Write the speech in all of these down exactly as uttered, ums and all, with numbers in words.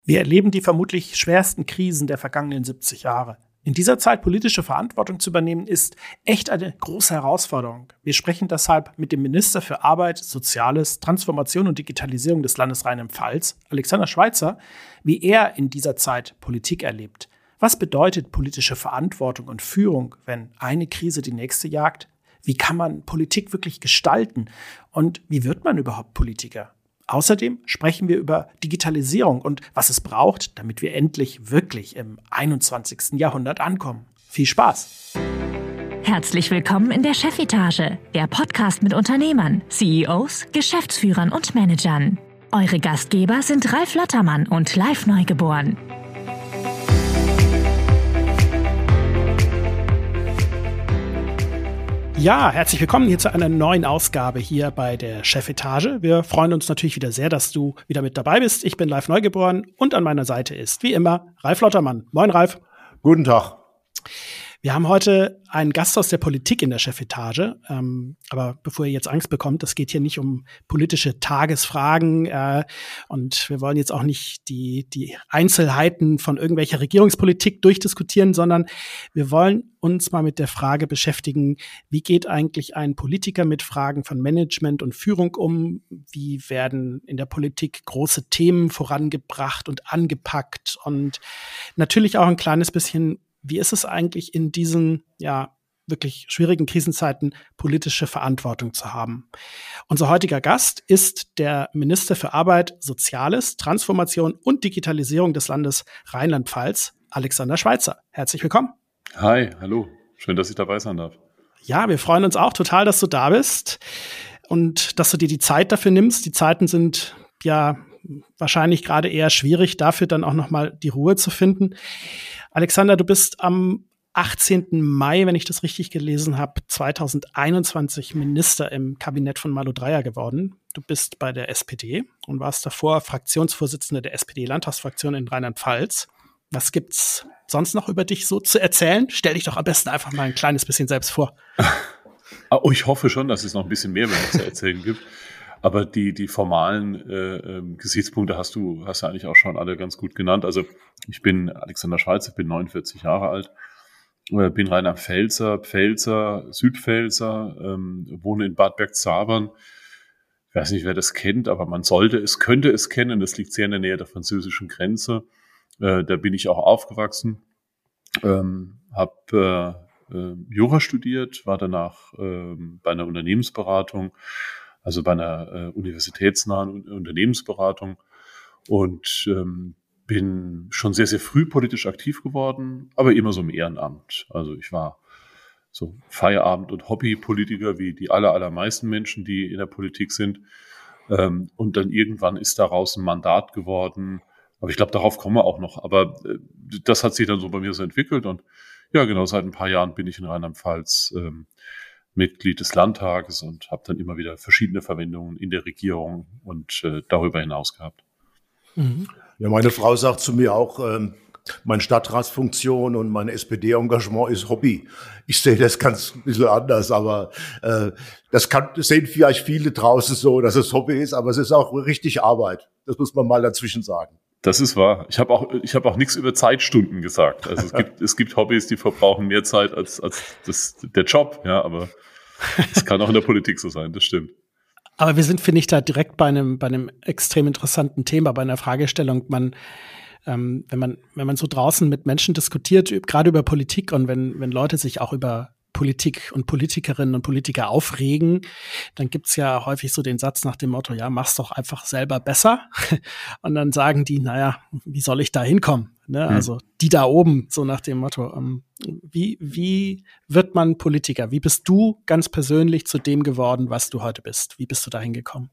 Wir erleben die vermutlich schwersten Krisen der vergangenen siebzig Jahre. In dieser Zeit politische Verantwortung zu übernehmen, ist echt eine große Herausforderung. Wir sprechen deshalb mit dem Minister für Arbeit, Soziales, Transformation und Digitalisierung des Landes Rheinland-Pfalz, Alexander Schweitzer, wie er in dieser Zeit Politik erlebt. Was bedeutet politische Verantwortung und Führung, wenn eine Krise die nächste jagt? Wie kann man Politik wirklich gestalten? Und wie wird man überhaupt Politiker? Außerdem sprechen wir über Digitalisierung und was es braucht, damit wir endlich wirklich im einundzwanzigsten Jahrhundert ankommen. Viel Spaß! Herzlich willkommen in der Chefetage, der Podcast mit Unternehmern, C E Os, Geschäftsführern und Managern. Eure Gastgeber sind Ralf Lottermann und Live Neugeboren. Ja, herzlich willkommen hier zu einer neuen Ausgabe hier bei der Chefetage. Wir freuen uns natürlich wieder sehr, dass du wieder mit dabei bist. Ich bin Live Neugeboren und an meiner Seite ist, wie immer, Ralf Lottermann. Moin, Ralf. Guten Tag. Wir haben heute einen Gast aus der Politik in der Chefetage. Ähm, aber bevor ihr jetzt Angst bekommt, das geht hier nicht um politische Tagesfragen. Äh, und wir wollen jetzt auch nicht die, die Einzelheiten von irgendwelcher Regierungspolitik durchdiskutieren, sondern wir wollen uns mal mit der Frage beschäftigen, wie geht eigentlich ein Politiker mit Fragen von Management und Führung um? Wie werden in der Politik große Themen vorangebracht und angepackt? Und natürlich auch ein kleines bisschen, wie ist es eigentlich in diesen, ja, wirklich schwierigen Krisenzeiten politische Verantwortung zu haben? Unser heutiger Gast ist der Minister für Arbeit, Soziales, Transformation und Digitalisierung des Landes Rheinland-Pfalz, Alexander Schweitzer. Herzlich willkommen. Hi, hallo. Schön, dass ich dabei sein darf. Ja, wir freuen uns auch total, dass du da bist und dass du dir die Zeit dafür nimmst. Die Zeiten sind ja wahrscheinlich gerade eher schwierig, dafür dann auch noch mal die Ruhe zu finden. Alexander, du bist am achtzehnten Mai, wenn ich das richtig gelesen habe, zweitausendeinundzwanzig Minister im Kabinett von Malu Dreyer geworden. Du bist bei der S P D und warst davor Fraktionsvorsitzender der S P D-Landtagsfraktion in Rheinland-Pfalz. Was gibt's sonst noch über dich so zu erzählen? Stell dich doch am besten einfach mal ein kleines bisschen selbst vor. Oh, ich hoffe schon, dass es noch ein bisschen mehr zu erzählen gibt. Aber die, die formalen äh, äh, Gesichtspunkte hast du, hast du eigentlich auch schon alle ganz gut genannt. Also ich bin Alexander Schweitzer, bin neunundvierzig Jahre alt, äh, bin Rheinland-Pfälzer, Pfälzer, Südpfälzer, ähm, wohne in Bad Bergzabern. Ich weiß nicht, wer das kennt, aber man sollte es, könnte es kennen. Das liegt sehr in der Nähe der französischen Grenze. Äh, da bin ich auch aufgewachsen, ähm, habe äh, äh, Jura studiert, war danach äh, bei einer Unternehmensberatung, also bei einer äh, universitätsnahen Unternehmensberatung und ähm, bin schon sehr, sehr früh politisch aktiv geworden, aber immer so im Ehrenamt. Also ich war so Feierabend- und Hobbypolitiker wie die aller, allermeisten Menschen, die in der Politik sind. Ähm, und dann irgendwann ist daraus ein Mandat geworden. Aber ich glaube, darauf kommen wir auch noch. Aber äh, das hat sich dann so bei mir so entwickelt. Und ja, genau, seit ein paar Jahren bin ich in Rheinland-Pfalz ähm, Mitglied des Landtages und habe dann immer wieder verschiedene Verwendungen in der Regierung und äh, darüber hinaus gehabt. Mhm. Ja, meine Frau sagt zu mir auch, ähm, meine Stadtratsfunktion und mein S P D-Engagement ist Hobby. Ich sehe das ganz ein bisschen anders, aber äh, das, kann, das sehen vielleicht viele draußen so, dass es Hobby ist, aber es ist auch richtig Arbeit. Das muss man mal dazwischen sagen. Das ist wahr. Ich habe auch, ich habe auch nichts über Zeitstunden gesagt. Also es gibt, es gibt Hobbys, die verbrauchen mehr Zeit als als das, der Job. Ja, aber es kann auch in der Politik so sein. Das stimmt. Aber wir sind, finde ich, da direkt bei einem bei einem extrem interessanten Thema, bei einer Fragestellung. Man, ähm, wenn man wenn man so draußen mit Menschen diskutiert, gerade über Politik und wenn wenn Leute sich auch über Politik und Politikerinnen und Politiker aufregen, dann gibt's ja häufig so den Satz nach dem Motto, ja, mach's doch einfach selber besser. Und dann sagen die, naja, wie soll ich da hinkommen? Ne? Mhm. Also die da oben, so nach dem Motto, ähm, wie, wie wird man Politiker? Wie bist du ganz persönlich zu dem geworden, was du heute bist? Wie bist du da hingekommen?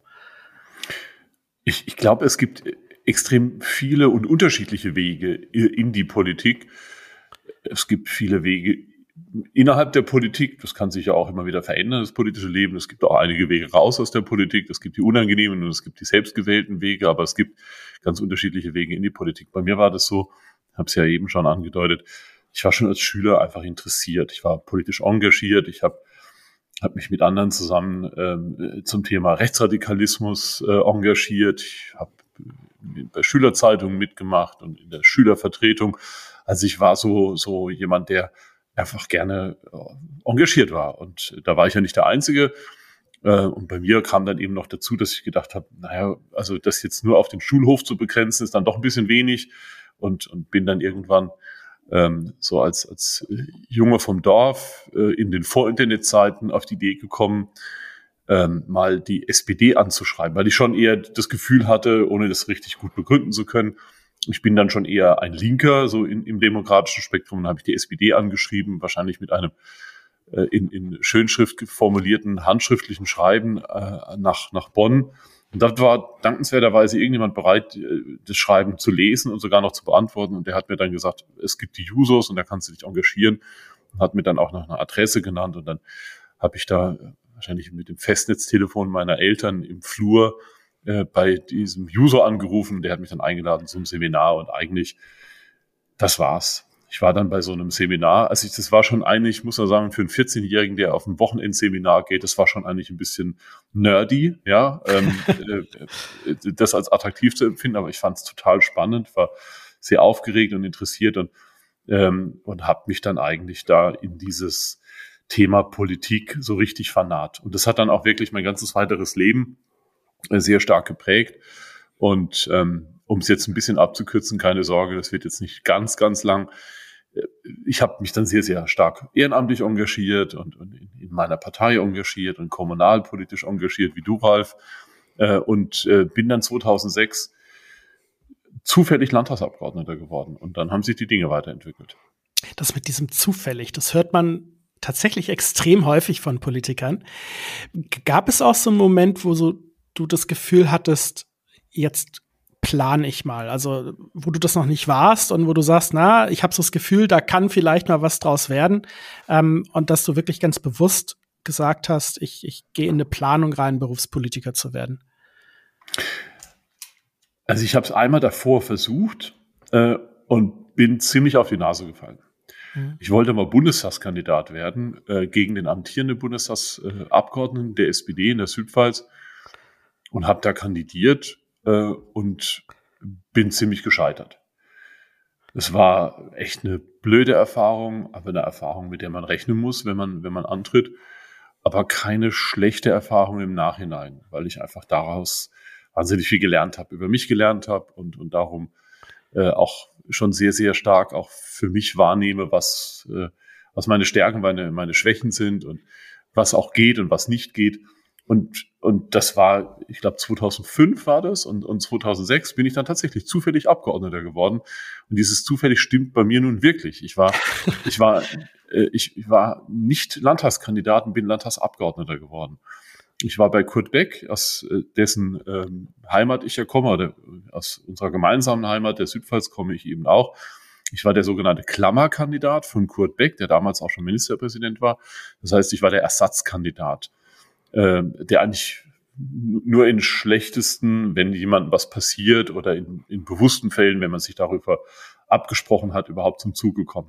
Ich, ich glaube, es gibt extrem viele und unterschiedliche Wege in die Politik. Es gibt viele Wege innerhalb der Politik, das kann sich ja auch immer wieder verändern, das politische Leben. Es gibt auch einige Wege raus aus der Politik. Es gibt die unangenehmen und es gibt die selbstgewählten Wege, aber es gibt ganz unterschiedliche Wege in die Politik. Bei mir war das so, ich habe es ja eben schon angedeutet, ich war schon als Schüler einfach interessiert. Ich war politisch engagiert. Ich habe hab mich mit anderen zusammen ähm, zum Thema Rechtsradikalismus äh, engagiert. Ich habe bei Schülerzeitungen mitgemacht und in der Schülervertretung. Also ich war so, so jemand, der einfach gerne engagiert war. Und da war ich ja nicht der Einzige. Und bei mir kam dann eben noch dazu, dass ich gedacht habe, naja, also das jetzt nur auf den Schulhof zu begrenzen, ist dann doch ein bisschen wenig. Und, und bin dann irgendwann ähm, so als, als Junge vom Dorf äh, in den Vorinternetzeiten auf die Idee gekommen, ähm, mal die S P D anzuschreiben, weil ich schon eher das Gefühl hatte, ohne das richtig gut begründen zu können, ich bin dann schon eher ein Linker, so in, im demokratischen Spektrum. Dann habe ich die S P D angeschrieben, wahrscheinlich mit einem äh, in, in Schönschrift formulierten handschriftlichen Schreiben äh, nach, nach Bonn. Und da war dankenswerterweise irgendjemand bereit, äh, das Schreiben zu lesen und sogar noch zu beantworten. Und der hat mir dann gesagt, es gibt die Jusos und da kannst du dich engagieren. Und hat mir dann auch noch eine Adresse genannt. Und dann habe ich da wahrscheinlich mit dem Festnetztelefon meiner Eltern im Flur äh, bei diesem User angerufen. Der hat mich dann eingeladen zum Seminar und eigentlich, das war's. Ich war dann bei so einem Seminar, also ich, das war schon eigentlich, muss man sagen, für einen vierzehnjährigen, der auf ein Wochenendseminar geht, das war schon eigentlich ein bisschen nerdy, ja, ähm, äh, das als attraktiv zu empfinden, aber ich fand es total spannend, war sehr aufgeregt und interessiert und, ähm, und habe mich dann eigentlich da in dieses Thema Politik so richtig vernarrt. Und das hat dann auch wirklich mein ganzes weiteres Leben äh, sehr stark geprägt. Und ähm, um es jetzt ein bisschen abzukürzen, keine Sorge, das wird jetzt nicht ganz, ganz lang. Ich habe mich dann sehr, sehr stark ehrenamtlich engagiert und, und in, in meiner Partei engagiert und kommunalpolitisch engagiert, wie du, Ralf. Äh, und äh, bin dann zweitausendsechs zufällig Landtagsabgeordneter geworden. Und dann haben sich die Dinge weiterentwickelt. Das mit diesem zufällig, das hört man tatsächlich extrem häufig von Politikern. Gab es auch so einen Moment, wo so du das Gefühl hattest, jetzt plane ich mal, also wo du das noch nicht warst und wo du sagst, na, ich habe so das Gefühl, da kann vielleicht mal was draus werden, ähm, und dass du wirklich ganz bewusst gesagt hast, ich, ich gehe in eine Planung rein, Berufspolitiker zu werden? Also ich habe es einmal davor versucht äh, und bin ziemlich auf die Nase gefallen. Mhm. Ich wollte mal Bundestagskandidat werden äh, gegen den amtierenden Bundestagsabgeordneten der S P D in der Südpfalz und habe da kandidiert äh, und bin ziemlich gescheitert. Es war echt eine blöde Erfahrung, aber eine Erfahrung, mit der man rechnen muss, wenn man, wenn man antritt. Aber keine schlechte Erfahrung im Nachhinein, weil ich einfach daraus wahnsinnig viel gelernt habe, über mich gelernt habe und, und darum äh, auch schon sehr, sehr stark auch für mich wahrnehme, was, äh, was meine Stärken, meine, meine Schwächen sind und was auch geht und was nicht geht. Und, und das war, ich glaube, zweitausendfünf war das und, und zweitausendsechs bin ich dann tatsächlich zufällig Abgeordneter geworden. Und dieses zufällig stimmt bei mir nun wirklich. Ich war, ich war, äh, ich, ich war nicht Landtagskandidat und bin Landtagsabgeordneter geworden. Ich war bei Kurt Beck, aus äh, dessen ähm, Heimat ich ja komme, oder aus unserer gemeinsamen Heimat, der Südpfalz, komme ich eben auch. Ich war der sogenannte Klammerkandidat von Kurt Beck, der damals auch schon Ministerpräsident war. Das heißt, ich war der Ersatzkandidat, äh, der eigentlich nur in schlechtesten, wenn jemandem was passiert oder in, in bewussten Fällen, wenn man sich darüber abgesprochen hat, überhaupt zum Zuge kommt.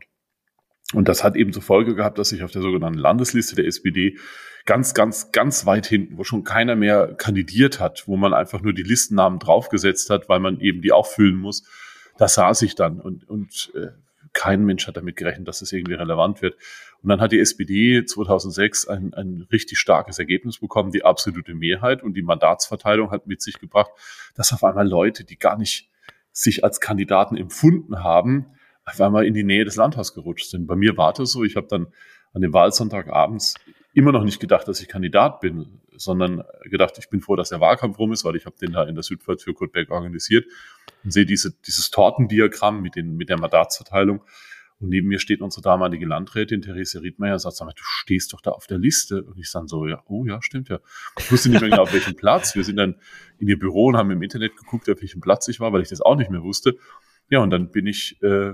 Und das hat eben zur Folge gehabt, dass ich auf der sogenannten Landesliste der S P D ganz, ganz, ganz weit hinten, wo schon keiner mehr kandidiert hat, wo man einfach nur die Listennamen draufgesetzt hat, weil man eben die auch füllen muss, da saß ich dann und, und äh, kein Mensch hat damit gerechnet, dass es irgendwie relevant wird. Und dann hat die S P D zweitausendsechs ein, ein richtig starkes Ergebnis bekommen, die absolute Mehrheit, und die Mandatsverteilung hat mit sich gebracht, dass auf einmal Leute, die gar nicht sich als Kandidaten empfunden haben, auf einmal in die Nähe des Landtags gerutscht sind. Bei mir war das so, ich habe dann an dem Wahlsonntag abends immer noch nicht gedacht, dass ich Kandidat bin, sondern gedacht, ich bin froh, dass der Wahlkampf rum ist, weil ich habe den da in der Südpfalz für Kurt Beck organisiert und sehe diese, dieses Tortendiagramm mit, den, mit der Mandatsverteilung. Und neben mir steht unsere damalige Landrätin Therese Riedmeier und sagt, sag mal, du stehst doch da auf der Liste. Und ich sage so, ja, oh ja, stimmt ja. Ich wusste nicht mehr genau, auf welchem Platz. Wir sind dann in ihr Büro und haben im Internet geguckt, auf welchem Platz ich war, weil ich das auch nicht mehr wusste. Ja, und dann bin ich... Äh,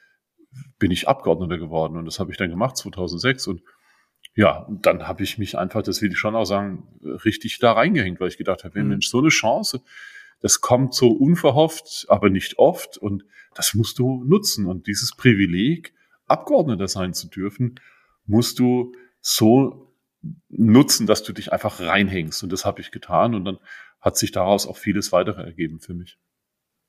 bin ich Abgeordneter geworden und das habe ich dann gemacht zweitausendsechs und ja, und dann habe ich mich einfach, das will ich schon auch sagen, richtig da reingehängt, weil ich gedacht habe, Mensch, so eine Chance, das kommt so unverhofft, aber nicht oft und das musst du nutzen und dieses Privileg, Abgeordneter sein zu dürfen, musst du so nutzen, dass du dich einfach reinhängst und das habe ich getan und dann hat sich daraus auch vieles weitere ergeben für mich.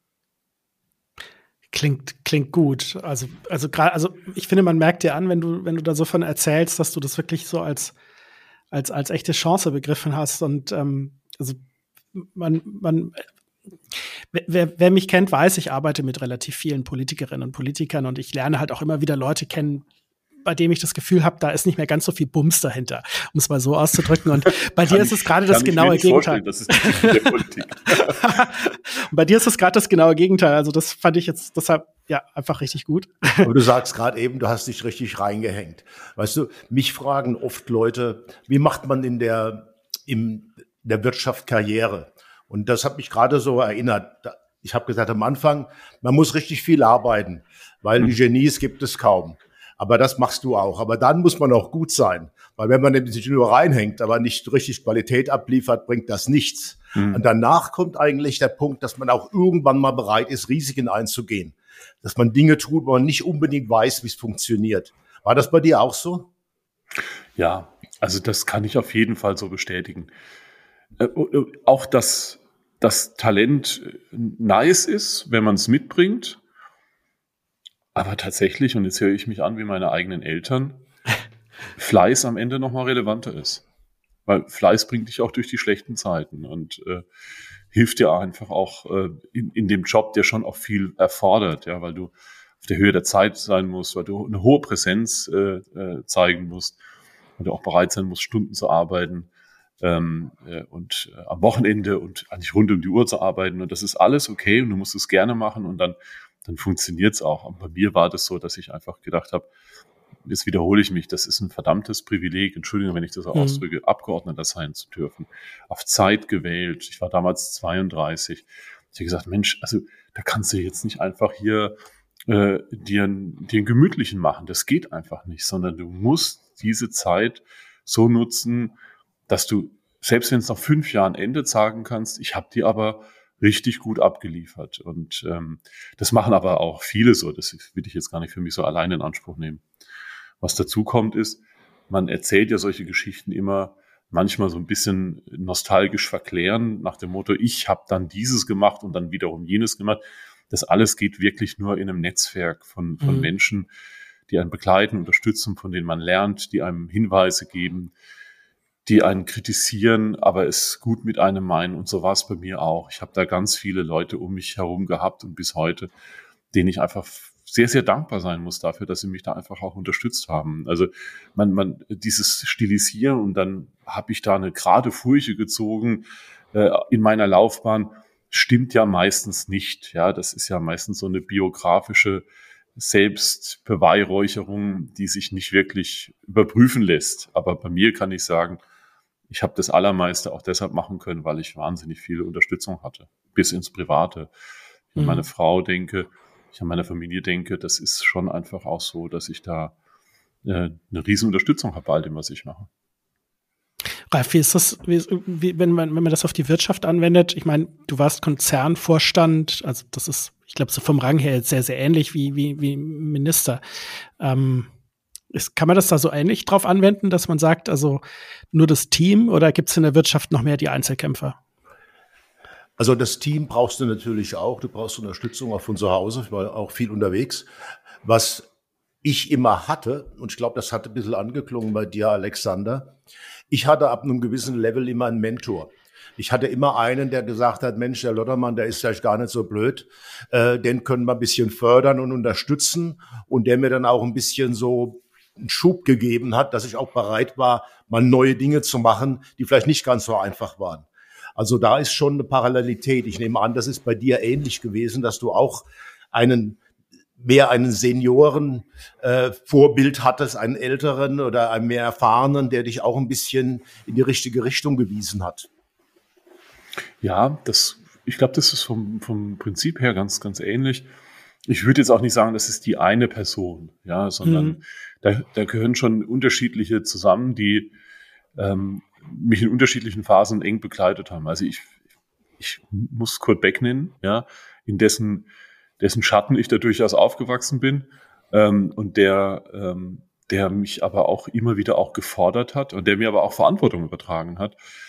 Klingt, klingt gut. Also, also gerade, also ich finde, man merkt dir an, wenn du, wenn du da so von erzählst, dass du das wirklich so als, als, als echte Chance begriffen hast. Und ähm, also man, man, wer, wer mich kennt, weiß, ich arbeite mit relativ vielen Politikerinnen und Politikern und ich lerne halt auch immer wieder Leute kennen, bei dem ich das Gefühl habe, da ist nicht mehr ganz so viel Bums dahinter, um es mal so auszudrücken. Und bei dir ist es gerade das genaue Gegenteil. Das ist die der Politik. Und bei dir ist es gerade das genaue Gegenteil. Also das fand ich jetzt deshalb ja einfach richtig gut. Aber du sagst gerade eben, du hast dich richtig reingehängt. Weißt du, mich fragen oft Leute, wie macht man in der, in der Wirtschaft Karriere? Und das hat mich gerade so erinnert. Ich habe gesagt am Anfang, man muss richtig viel arbeiten, weil die Genies gibt es kaum. Aber das machst du auch. Aber dann muss man auch gut sein. Weil wenn man sich nur reinhängt, aber nicht richtig Qualität abliefert, bringt das nichts. Mhm. Und danach kommt eigentlich der Punkt, dass man auch irgendwann mal bereit ist, Risiken einzugehen. Dass man Dinge tut, wo man nicht unbedingt weiß, wie es funktioniert. War das bei dir auch so? Ja, also das kann ich auf jeden Fall so bestätigen. Äh, auch, dass das Talent nice ist, wenn man es mitbringt. Aber tatsächlich, und jetzt höre ich mich an wie meine eigenen Eltern, Fleiß am Ende nochmal relevanter ist. Weil Fleiß bringt dich auch durch die schlechten Zeiten und äh, hilft dir einfach auch äh, in, in dem Job, der schon auch viel erfordert, ja, weil du auf der Höhe der Zeit sein musst, weil du eine hohe Präsenz äh, äh, zeigen musst, weil du auch bereit sein musst, Stunden zu arbeiten ähm, äh, und äh, am Wochenende und eigentlich rund um die Uhr zu arbeiten. Und das ist alles okay und du musst es gerne machen und dann dann funktioniert es auch. Und bei mir war das so, dass ich einfach gedacht habe, jetzt wiederhole ich mich, das ist ein verdammtes Privileg, Entschuldigung, wenn ich das so mhm. ausdrücke, Abgeordneter sein zu dürfen, auf Zeit gewählt. Ich war damals zweiunddreißig. Ich habe gesagt, Mensch, also da kannst du jetzt nicht einfach hier äh, dir, dir einen gemütlichen machen. Das geht einfach nicht, sondern du musst diese Zeit so nutzen, dass du, selbst wenn es nach fünf Jahren endet, sagen kannst, ich habe dir aber richtig gut abgeliefert. Und ähm, das machen aber auch viele so. Das will ich jetzt gar nicht für mich so alleine in Anspruch nehmen. Was dazu kommt ist, man erzählt ja solche Geschichten immer manchmal so ein bisschen nostalgisch verklären, nach dem Motto, ich habe dann dieses gemacht und dann wiederum jenes gemacht. Das alles geht wirklich nur in einem Netzwerk von, von mhm. Menschen, die einen begleiten, unterstützen, von denen man lernt, die einem Hinweise geben, die einen kritisieren, aber es gut mit einem meinen. Und so war es bei mir auch. Ich habe da ganz viele Leute um mich herum gehabt und bis heute, denen ich einfach sehr, sehr dankbar sein muss dafür, dass sie mich da einfach auch unterstützt haben. Also man, man dieses Stilisieren und dann habe ich da eine gerade Furche gezogen äh, in meiner Laufbahn, stimmt ja meistens nicht. Ja, das ist ja meistens so eine biografische Selbstbeweihräucherung, die sich nicht wirklich überprüfen lässt. Aber bei mir kann ich sagen, ich habe das Allermeiste auch deshalb machen können, weil ich wahnsinnig viel Unterstützung hatte, bis ins Private. Ich an meine Frau denke, ich an meine Familie denke, das ist schon einfach auch so, dass ich da äh, eine riesen Unterstützung habe bei all dem, was ich mache. Ralf, wie ist das, wie, wie, wenn man, wenn man das auf die Wirtschaft anwendet? Ich meine, du warst Konzernvorstand, also das ist, ich glaube, so vom Rang her jetzt sehr, sehr ähnlich wie, wie, wie Minister. Ähm, ist, kann man das da so ähnlich drauf anwenden, dass man sagt, also nur das Team oder gibt es in der Wirtschaft noch mehr die Einzelkämpfer? Also das Team brauchst du natürlich auch. Du brauchst Unterstützung auch von zu Hause. Ich war auch viel unterwegs. Was ich immer hatte, und ich glaube, das hat ein bisschen angeklungen bei dir, Alexander, ich hatte ab einem gewissen Level immer einen Mentor. Ich hatte immer einen, der gesagt hat, Mensch, der Lottermann, der ist vielleicht gar nicht so blöd, äh, den können wir ein bisschen fördern und unterstützen und der mir dann auch ein bisschen so einen Schub gegeben hat, dass ich auch bereit war, mal neue Dinge zu machen, die vielleicht nicht ganz so einfach waren. Also da ist schon eine Parallelität. Ich nehme an, das ist bei dir ähnlich gewesen, dass du auch einen mehr einen Senioren äh, Vorbild hattest, einen älteren oder einen mehr erfahrenen, der dich auch ein bisschen in die richtige Richtung gewiesen hat. Ja, das, ich glaube, das ist vom, vom Prinzip her ganz, ganz ähnlich. Ich würde jetzt auch nicht sagen, das ist die eine Person, ja, sondern mhm. da, da gehören schon unterschiedliche zusammen, die ähm, mich in unterschiedlichen Phasen eng begleitet haben. Also ich, ich muss Kurt Beck nennen, ja, in dessen, dessen Schatten ich da durchaus aufgewachsen bin ähm, und der, ähm, der mich aber auch immer wieder auch gefordert hat und der mir aber auch Verantwortung übertragen hat.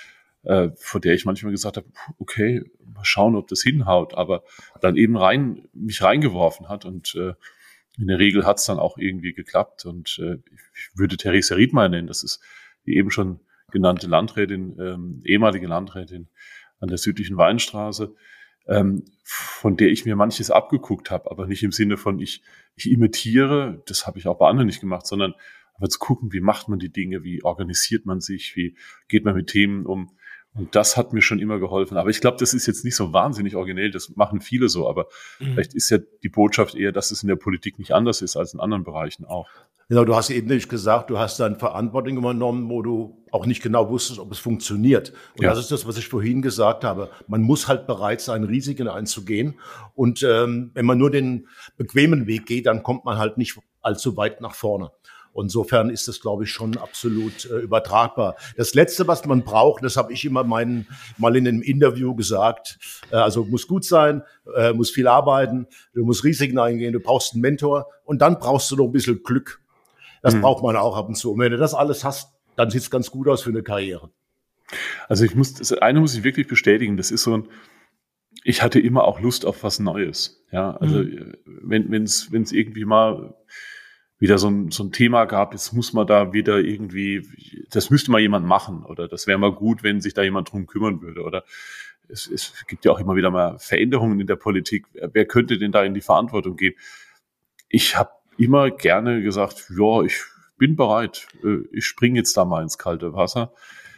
äh, vor der ich manchmal gesagt habe, okay, mal schauen, ob das hinhaut, aber dann eben rein mich reingeworfen hat und äh, in der Regel hat es dann auch irgendwie geklappt und äh, ich würde Theresa Riedmeier nennen, das ist die eben schon genannte Landrätin, ähm, ehemalige Landrätin an der südlichen Weinstraße, ähm, von der ich mir manches abgeguckt habe, aber nicht im Sinne von ich, ich imitiere, das habe ich auch bei anderen nicht gemacht, sondern aber zu gucken, wie macht man die Dinge, wie organisiert man sich, wie geht man mit Themen um. Und das hat mir schon immer geholfen. Aber ich glaube, das ist jetzt nicht so wahnsinnig originell, das machen viele so. Aber mhm. vielleicht ist ja die Botschaft eher, dass es in der Politik nicht anders ist als in anderen Bereichen auch. Genau, du hast eben nicht gesagt, du hast dann Verantwortung übernommen, wo du auch nicht genau wusstest, ob es funktioniert. Und ja. das ist das, was ich vorhin gesagt habe. Man muss halt bereit sein, Risiken einzugehen. Und ähm, wenn man nur den bequemen Weg geht, dann kommt man halt nicht allzu weit nach vorne. Und insofern ist das, glaube ich, schon absolut äh, übertragbar. Das Letzte, was man braucht, das habe ich immer meinen, mal in einem Interview gesagt, äh, also muss gut sein, äh, muss viel arbeiten, du musst Risiken eingehen, du brauchst einen Mentor und dann brauchst du noch ein bisschen Glück. Das mhm. braucht man auch ab und zu. Und wenn du das alles hast, dann sieht es ganz gut aus für eine Karriere. Also ich muss, das eine muss ich wirklich bestätigen, das ist so ein, ich hatte immer auch Lust auf was Neues. Ja, also mhm. wenn wenn es wenn es irgendwie mal wieder so ein, so ein Thema gab, jetzt muss man da wieder irgendwie, das müsste mal jemand machen oder das wäre mal gut, wenn sich da jemand drum kümmern würde oder es, es gibt ja auch immer wieder mal Veränderungen in der Politik. Wer könnte denn da in die Verantwortung gehen? Ich habe immer gerne gesagt, ja, ich bin bereit, ich springe jetzt da mal ins kalte Wasser.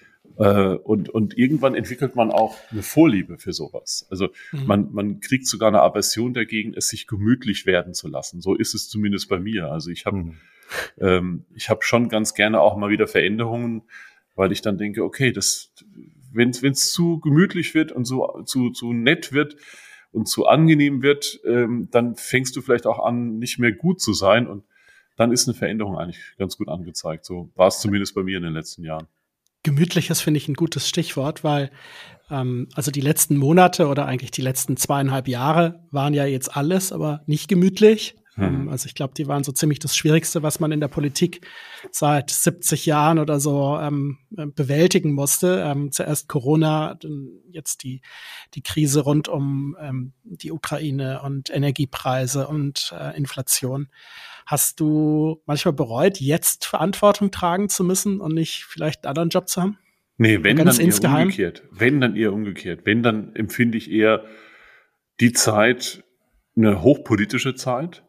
Und, und irgendwann entwickelt man auch eine Vorliebe für sowas. Also mhm. man, man kriegt sogar eine Aversion dagegen, es sich gemütlich werden zu lassen. So ist es zumindest bei mir. Also ich habe mhm. ähm, ich habe schon ganz gerne auch mal wieder Veränderungen, weil ich dann denke, okay, das, wenn es zu gemütlich wird und so zu, zu nett wird und zu angenehm wird, ähm, dann fängst du vielleicht auch an, nicht mehr gut zu sein. Und dann ist eine Veränderung eigentlich ganz gut angezeigt. So war es zumindest bei mir in den letzten Jahren. Gemütliches finde ich ein gutes Stichwort, weil ähm, also die letzten Monate oder eigentlich die letzten zweieinhalb Jahre waren ja jetzt alles, aber nicht gemütlich. Hm. Ähm, also ich glaube, die waren so ziemlich das Schwierigste, was man in der Politik seit siebzig Jahren oder so ähm, bewältigen musste. Ähm, zuerst Corona, dann jetzt die die Krise rund um ähm, die Ukraine und Energiepreise und äh, Inflation. Hast du manchmal bereut, jetzt Verantwortung tragen zu müssen und nicht vielleicht einen anderen Job zu haben? Nee, wenn dann eher umgekehrt. Wenn dann eher umgekehrt. Wenn, dann empfinde ich eher die Zeit, eine hochpolitische Zeit,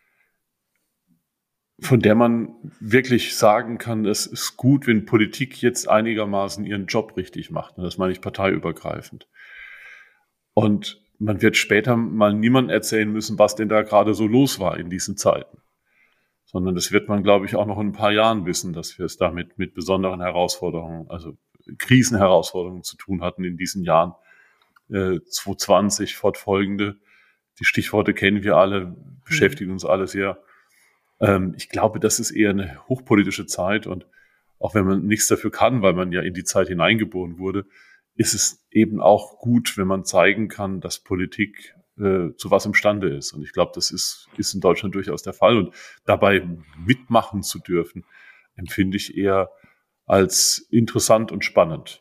von der man wirklich sagen kann, es ist gut, wenn Politik jetzt einigermaßen ihren Job richtig macht. Das meine ich parteiübergreifend. Und man wird später mal niemandem erzählen müssen, was denn da gerade so los war in diesen Zeiten. Sondern das wird man, glaube ich, auch noch in ein paar Jahren wissen, dass wir es damit mit besonderen Herausforderungen, also Krisenherausforderungen zu tun hatten in diesen Jahren. Äh, zwanzig zwanzig, fortfolgende, die Stichworte kennen wir alle, beschäftigen uns alle sehr. Ähm, ich glaube, das ist eher eine hochpolitische Zeit und auch wenn man nichts dafür kann, weil man ja in die Zeit hineingeboren wurde, ist es eben auch gut, wenn man zeigen kann, dass Politik zu was imstande ist. Und ich glaube, das ist, ist in Deutschland durchaus der Fall. Und dabei mitmachen zu dürfen, empfinde ich eher als interessant und spannend.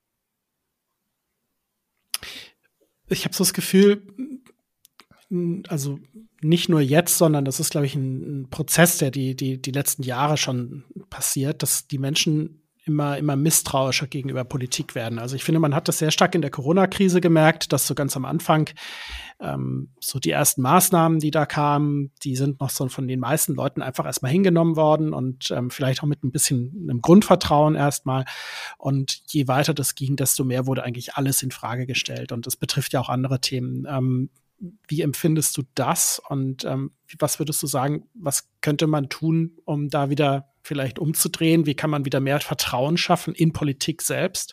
Ich habe so das Gefühl, also nicht nur jetzt, sondern das ist, glaube ich, ein, ein Prozess, der die, die, die letzten Jahre schon passiert, dass die Menschen immer, immer misstrauischer gegenüber Politik werden. Also ich finde, man hat das sehr stark in der Corona-Krise gemerkt, dass so ganz am Anfang ähm, so die ersten Maßnahmen, die da kamen, die sind noch so von den meisten Leuten einfach erstmal hingenommen worden und ähm, vielleicht auch mit ein bisschen einem Grundvertrauen erstmal. Und je weiter das ging, desto mehr wurde eigentlich alles in Frage gestellt. Und das betrifft ja auch andere Themen. Ähm, wie empfindest du das? Und ähm, was würdest du sagen, was könnte man tun, um da wieder vielleicht umzudrehen? Wie kann man wieder mehr Vertrauen schaffen in Politik selbst?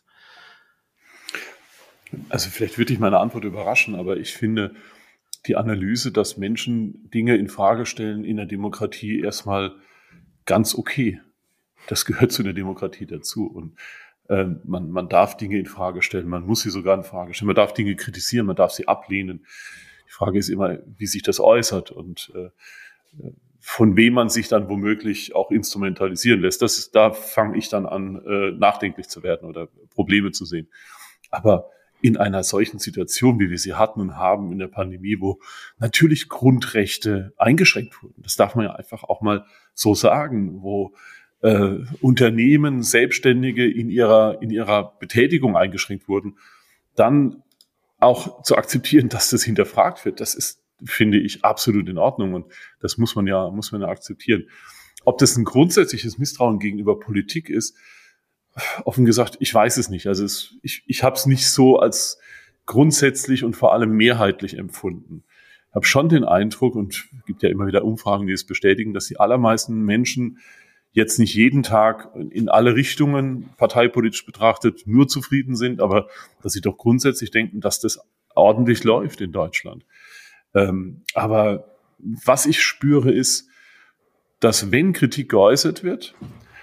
Also vielleicht würde ich meine Antwort überraschen, aber ich finde die Analyse, dass Menschen Dinge in Frage stellen in der Demokratie erstmal ganz okay. Das gehört zu einer Demokratie dazu und äh, man, man darf Dinge in Frage stellen, man muss sie sogar in Frage stellen, man darf Dinge kritisieren, man darf sie ablehnen. Die Frage ist immer, wie sich das äußert und äh, von wem man sich dann womöglich auch instrumentalisieren lässt. Das ist, da fange ich dann an, äh, nachdenklich zu werden oder Probleme zu sehen. Aber in einer solchen Situation, wie wir sie hatten und haben in der Pandemie, wo natürlich Grundrechte eingeschränkt wurden, das darf man ja einfach auch mal so sagen, wo äh, Unternehmen, Selbstständige in ihrer, in ihrer Betätigung eingeschränkt wurden, dann auch zu akzeptieren, dass das hinterfragt wird, das ist, finde ich, absolut in Ordnung und das muss man ja, muss man ja akzeptieren. Ob das ein grundsätzliches Misstrauen gegenüber Politik ist, offen gesagt, ich weiß es nicht. Also es, ich, ich habe es nicht so als grundsätzlich und vor allem mehrheitlich empfunden. Ich habe schon den Eindruck, und es gibt ja immer wieder Umfragen, die es bestätigen, dass die allermeisten Menschen jetzt nicht jeden Tag in alle Richtungen parteipolitisch betrachtet nur zufrieden sind, aber dass sie doch grundsätzlich denken, dass das ordentlich läuft in Deutschland. Ähm, aber was ich spüre ist, dass wenn Kritik geäußert wird,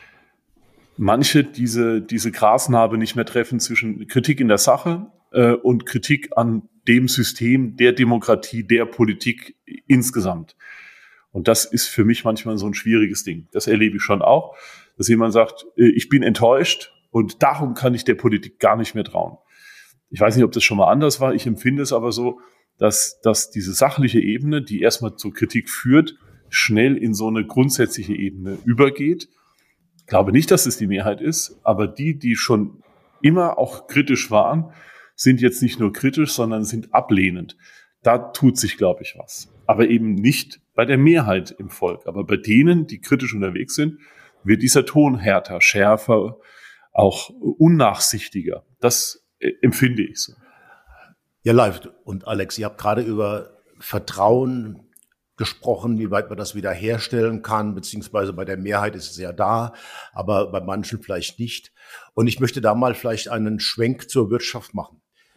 manche diese, diese Grasnarbe nicht mehr treffen zwischen Kritik in der Sache äh, und Kritik an dem System, der Demokratie, der Politik insgesamt. Und das ist für mich manchmal so ein schwieriges Ding. Das erlebe ich schon auch, dass jemand sagt, äh, ich bin enttäuscht und darum kann ich der Politik gar nicht mehr trauen. Ich weiß nicht, ob das schon mal anders war. Ich empfinde es aber so, dass, dass diese sachliche Ebene, die erstmal zur Kritik führt, schnell in so eine grundsätzliche Ebene übergeht. Ich glaube nicht, dass es die Mehrheit ist, aber die, die schon immer auch kritisch waren, sind jetzt nicht nur kritisch, sondern sind ablehnend. Da tut sich, glaube ich, was. Aber eben nicht bei der Mehrheit im Volk. Aber bei denen, die kritisch unterwegs sind, wird dieser Ton härter, schärfer, auch unnachsichtiger. Das äh, empfinde ich so. Ja, live. Und Alex, ihr habt gerade über Vertrauen gesprochen, wie weit man das wiederherstellen kann, beziehungsweise bei der Mehrheit ist es ja da, aber bei manchen vielleicht nicht. Und ich möchte da mal vielleicht einen Schwenk zur Wirtschaft machen.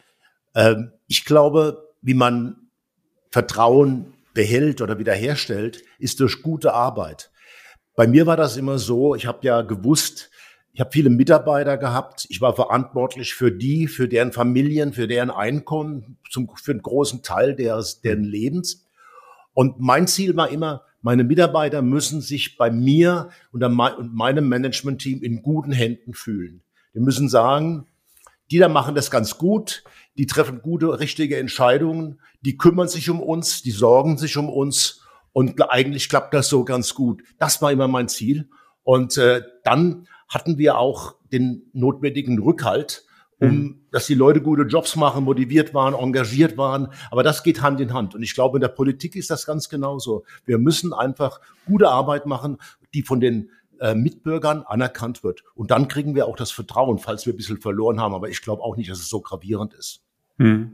Ähm, ich glaube, wie man Vertrauen behält oder wiederherstellt, ist durch gute Arbeit. Bei mir war das immer so, ich habe ja gewusst, ich habe viele Mitarbeiter gehabt. Ich war verantwortlich für die, für deren Familien, für deren Einkommen, zum, für einen großen Teil deres, deren Lebens. Und mein Ziel war immer, meine Mitarbeiter müssen sich bei mir und meinem Management-Team in guten Händen fühlen. Die müssen sagen, die da machen das ganz gut, die treffen gute, richtige Entscheidungen, die kümmern sich um uns, die sorgen sich um uns und eigentlich klappt das so ganz gut. Das war immer mein Ziel. Und äh, dann hatten wir auch den notwendigen Rückhalt, um, mhm. dass die Leute gute Jobs machen, motiviert waren, engagiert waren. Aber das geht Hand in Hand. Und ich glaube, in der Politik ist das ganz genauso. Wir müssen einfach gute Arbeit machen, die von den äh, Mitbürgern anerkannt wird. Und dann kriegen wir auch das Vertrauen, falls wir ein bisschen verloren haben. Aber ich glaube auch nicht, dass es so gravierend ist. Mhm.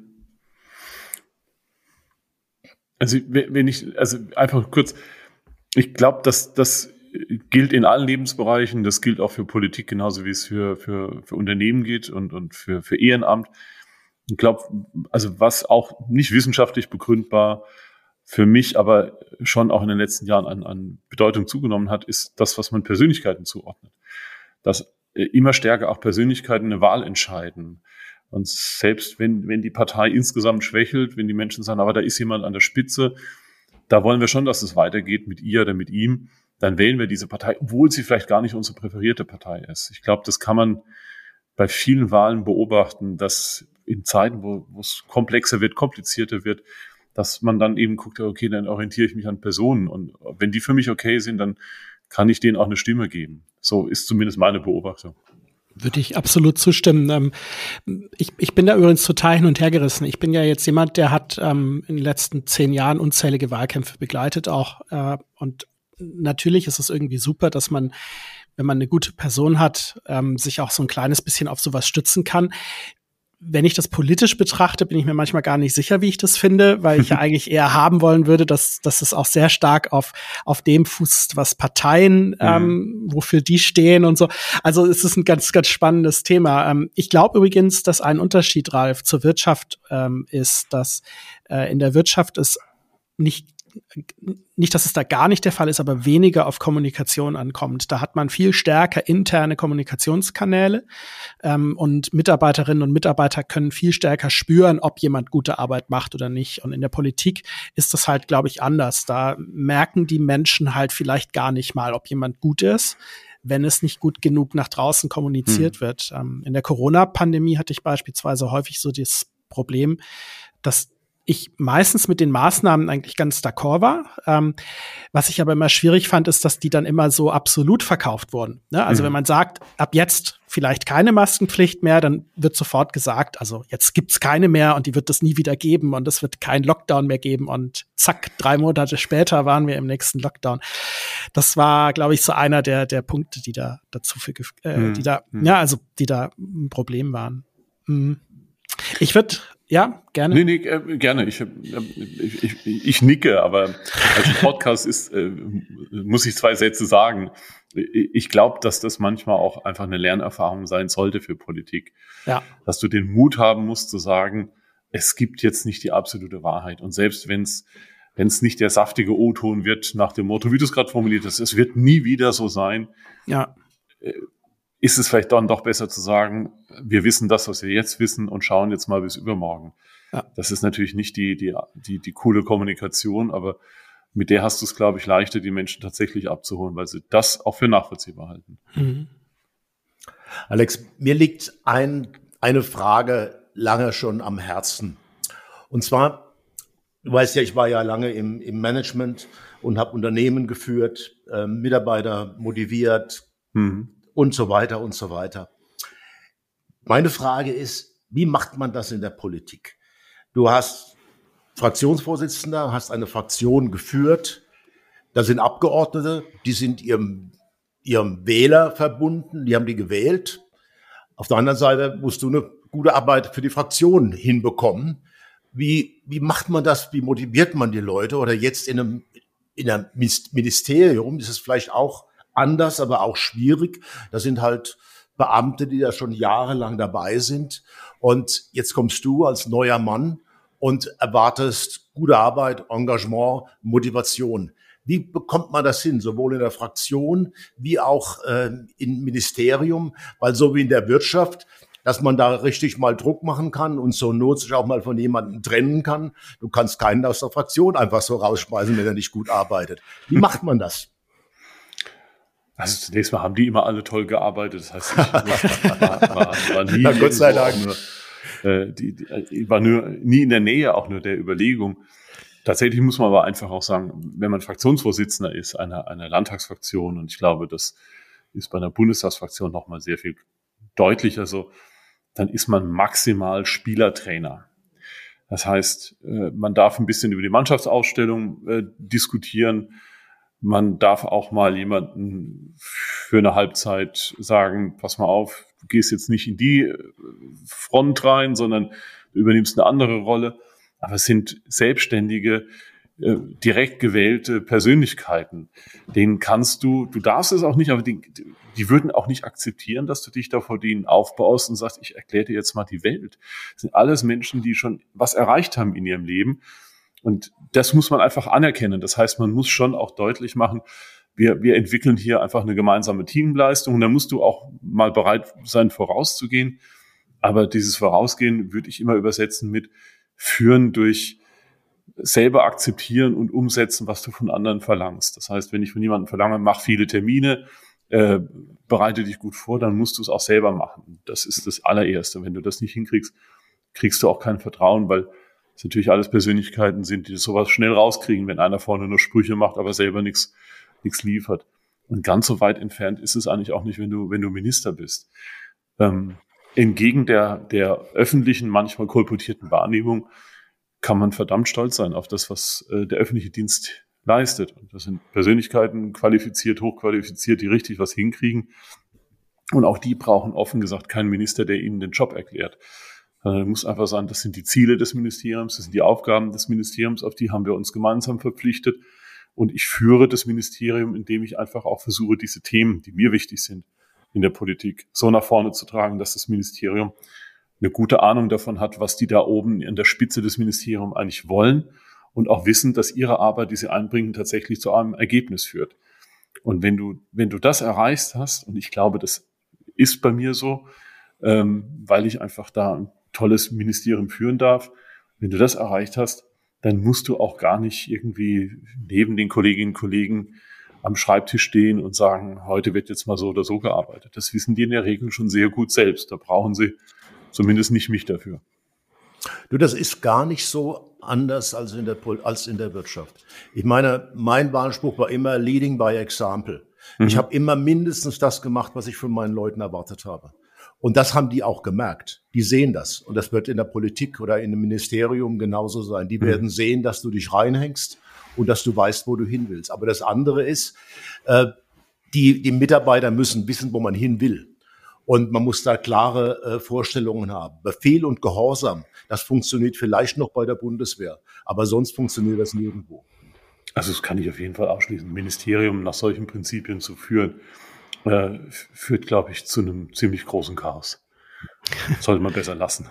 Also, wenn ich, also einfach kurz, ich glaube, dass das gilt in allen Lebensbereichen, das gilt auch für Politik, genauso wie es für, für, für Unternehmen geht und, und für, für Ehrenamt. Ich glaube, also was auch nicht wissenschaftlich begründbar für mich, aber schon auch in den letzten Jahren an, an Bedeutung zugenommen hat, ist das, was man Persönlichkeiten zuordnet. Dass immer stärker auch Persönlichkeiten eine Wahl entscheiden. Und selbst wenn, wenn die Partei insgesamt schwächelt, wenn die Menschen sagen, aber da ist jemand an der Spitze, da wollen wir schon, dass es weitergeht mit ihr oder mit ihm, dann wählen wir diese Partei, obwohl sie vielleicht gar nicht unsere präferierte Partei ist. Ich glaube, das kann man bei vielen Wahlen beobachten, dass in Zeiten, wo wo es komplexer wird, komplizierter wird, dass man dann eben guckt, okay, dann orientiere ich mich an Personen. Und wenn die für mich okay sind, dann kann ich denen auch eine Stimme geben. So ist zumindest meine Beobachtung. Würde ich absolut zustimmen. Ich, ich bin da übrigens total hin und her gerissen. Ich bin ja jetzt jemand, der hat ähm, in den letzten zehn Jahren unzählige Wahlkämpfe begleitet auch. Äh, und natürlich ist es irgendwie super, dass man, wenn man eine gute Person hat, ähm, sich auch so ein kleines bisschen auf sowas stützen kann. Wenn ich das politisch betrachte, bin ich mir manchmal gar nicht sicher, wie ich das finde, weil ich ja eigentlich eher haben wollen würde, dass, dass es auch sehr stark auf, auf dem fußt, was Parteien, mhm. ähm, wofür die stehen und so. Also es ist ein ganz, ganz spannendes Thema. Ähm, ich glaube übrigens, dass ein Unterschied, Ralf, zur Wirtschaft ähm, ist, dass äh, in der Wirtschaft es nicht nicht, dass es da gar nicht der Fall ist, aber weniger auf Kommunikation ankommt. Da hat man viel stärker interne Kommunikationskanäle ähm, und Mitarbeiterinnen und Mitarbeiter können viel stärker spüren, ob jemand gute Arbeit macht oder nicht. Und in der Politik ist das halt, glaube ich, anders. Da merken die Menschen halt vielleicht gar nicht mal, ob jemand gut ist, wenn es nicht gut genug nach draußen kommuniziert hm. wird. Ähm, in der Corona-Pandemie hatte ich beispielsweise häufig so das Problem, dass ich meistens mit den Maßnahmen eigentlich ganz d'accord war. Ähm, was ich aber immer schwierig fand, ist, dass die dann immer so absolut verkauft wurden. Ne? Also mhm. wenn man sagt, ab jetzt vielleicht keine Maskenpflicht mehr, dann wird sofort gesagt, also jetzt gibt's keine mehr und die wird es nie wieder geben und es wird keinen Lockdown mehr geben und zack, drei Monate später waren wir im nächsten Lockdown. Das war, glaube ich, so einer der der Punkte, die da dazu für, äh, mhm. die da, mhm. ja, also die da ein Problem waren. Mhm. Ich würde Ja, gerne. Nee, nee, äh, gerne. Ich, äh, ich, ich, ich nicke, aber als Podcast ist, äh, muss ich zwei Sätze sagen. Ich glaube, dass das manchmal auch einfach eine Lernerfahrung sein sollte für Politik. Ja. Dass du den Mut haben musst zu sagen, es gibt jetzt nicht die absolute Wahrheit. Und selbst wenn es wenn es nicht der saftige O-Ton wird nach dem Motto, wie du es gerade formuliert hast, es wird nie wieder so sein. Ja. Äh, ist es vielleicht dann doch besser zu sagen, wir wissen das, was wir jetzt wissen und schauen jetzt mal bis übermorgen. Ja. Das ist natürlich nicht die, die, die, die coole Kommunikation, aber mit der hast du es, glaube ich, leichter, die Menschen tatsächlich abzuholen, weil sie das auch für nachvollziehbar halten. Mhm. Alex, mir liegt ein, eine Frage lange schon am Herzen. Und zwar, du weißt ja, ich war ja lange im, im Management und habe Unternehmen geführt, äh, Mitarbeiter motiviert, mhm. und so weiter und so weiter. Meine Frage ist, wie macht man das in der Politik? Du hast Fraktionsvorsitzender, hast eine Fraktion geführt, da sind Abgeordnete, die sind ihrem, ihrem Wähler verbunden, die haben die gewählt. Auf der anderen Seite musst du eine gute Arbeit für die Fraktion hinbekommen. Wie, wie macht man das? Wie motiviert man die Leute? Oder jetzt in einem, in einem Ministerium ist es vielleicht auch anders, aber auch schwierig. Das sind halt Beamte, die da schon jahrelang dabei sind. Und jetzt kommst du als neuer Mann und erwartest gute Arbeit, Engagement, Motivation. Wie bekommt man das hin, sowohl in der Fraktion wie auch äh, im Ministerium? Weil so wie in der Wirtschaft, dass man da richtig mal Druck machen kann und so not sich auch mal von jemandem trennen kann. Du kannst keinen aus der Fraktion einfach so rausschmeißen, wenn er nicht gut arbeitet. Wie macht man das? Also zunächst mal haben die immer alle toll gearbeitet. Das heißt, ich war, war, war nie, Na, Gott sei Dank. Nur, äh, die, die, war nur nie in der Nähe auch nur der Überlegung. Tatsächlich muss man aber einfach auch sagen, wenn man Fraktionsvorsitzender ist einer, einer Landtagsfraktion, und ich glaube, das ist bei einer Bundestagsfraktion noch mal sehr viel deutlicher so, dann ist man maximal Spielertrainer. Das heißt, äh, man darf ein bisschen über die Mannschaftsausstellung äh, diskutieren. Man darf auch mal jemanden für eine Halbzeit sagen, pass mal auf, du gehst jetzt nicht in die Front rein, sondern du übernimmst eine andere Rolle. Aber es sind selbstständige, äh, direkt gewählte Persönlichkeiten. Denen kannst du, du darfst es auch nicht, aber die, die würden auch nicht akzeptieren, dass du dich da vor denen aufbaust und sagst, ich erkläre dir jetzt mal die Welt. Das sind alles Menschen, die schon was erreicht haben in ihrem Leben. Und das muss man einfach anerkennen. Das heißt, man muss schon auch deutlich machen, wir, wir entwickeln hier einfach eine gemeinsame Teamleistung. Und da musst du auch mal bereit sein, vorauszugehen. Aber dieses Vorausgehen würde ich immer übersetzen mit führen durch selber akzeptieren und umsetzen, was du von anderen verlangst. Das heißt, wenn ich von jemandem verlange, mach viele Termine, äh, bereite dich gut vor, dann musst du es auch selber machen. Das ist das allererste. Wenn du das nicht hinkriegst, kriegst du auch kein Vertrauen, weil es natürlich alles Persönlichkeiten sind, die sowas schnell rauskriegen, wenn einer vorne nur Sprüche macht, aber selber nichts nichts liefert. Und ganz so weit entfernt ist es eigentlich auch nicht, wenn du wenn du Minister bist. Ähm, entgegen der der öffentlichen, manchmal kolportierten Wahrnehmung kann man verdammt stolz sein auf das, was äh, der öffentliche Dienst leistet. Und das sind Persönlichkeiten, qualifiziert, hochqualifiziert, die richtig was hinkriegen. Und auch die brauchen offen gesagt keinen Minister, der ihnen den Job erklärt. Man muss einfach sagen, das sind die Ziele des Ministeriums, das sind die Aufgaben des Ministeriums, auf die haben wir uns gemeinsam verpflichtet. Und ich führe das Ministerium, indem ich einfach auch versuche, diese Themen, die mir wichtig sind in der Politik, so nach vorne zu tragen, dass das Ministerium eine gute Ahnung davon hat, was die da oben in der Spitze des Ministeriums eigentlich wollen und auch wissen, dass ihre Arbeit, die sie einbringen, tatsächlich zu einem Ergebnis führt. Und wenn du, wenn du das erreicht hast, und ich glaube, das ist bei mir so, ähm, weil ich einfach da ein tolles Ministerium führen darf, wenn du das erreicht hast, dann musst du auch gar nicht irgendwie neben den Kolleginnen und Kollegen am Schreibtisch stehen und sagen, heute wird jetzt mal so oder so gearbeitet. Das wissen die in der Regel schon sehr gut selbst. Da brauchen sie zumindest nicht mich dafür. Du, das ist gar nicht so anders als in der, als in der Wirtschaft. Ich meine, mein Wahlspruch war immer Leading by Example. Mhm. Ich habe immer mindestens das gemacht, was ich von meinen Leuten erwartet habe. Und das haben die auch gemerkt. Die sehen das. Und das wird in der Politik oder in einem Ministerium genauso sein. Die mhm. werden sehen, dass du dich reinhängst und dass du weißt, wo du hin willst. Aber das andere ist, äh, die, die Mitarbeiter müssen wissen, wo man hin will. Und man muss da klare äh, Vorstellungen haben. Befehl und Gehorsam, das funktioniert vielleicht noch bei der Bundeswehr, aber sonst funktioniert das nirgendwo. Also das kann ich auf jeden Fall abschließen. Ein Ministerium nach solchen Prinzipien zu führen, äh, führt, glaube ich, zu einem ziemlich großen Chaos. Sollte man besser lassen.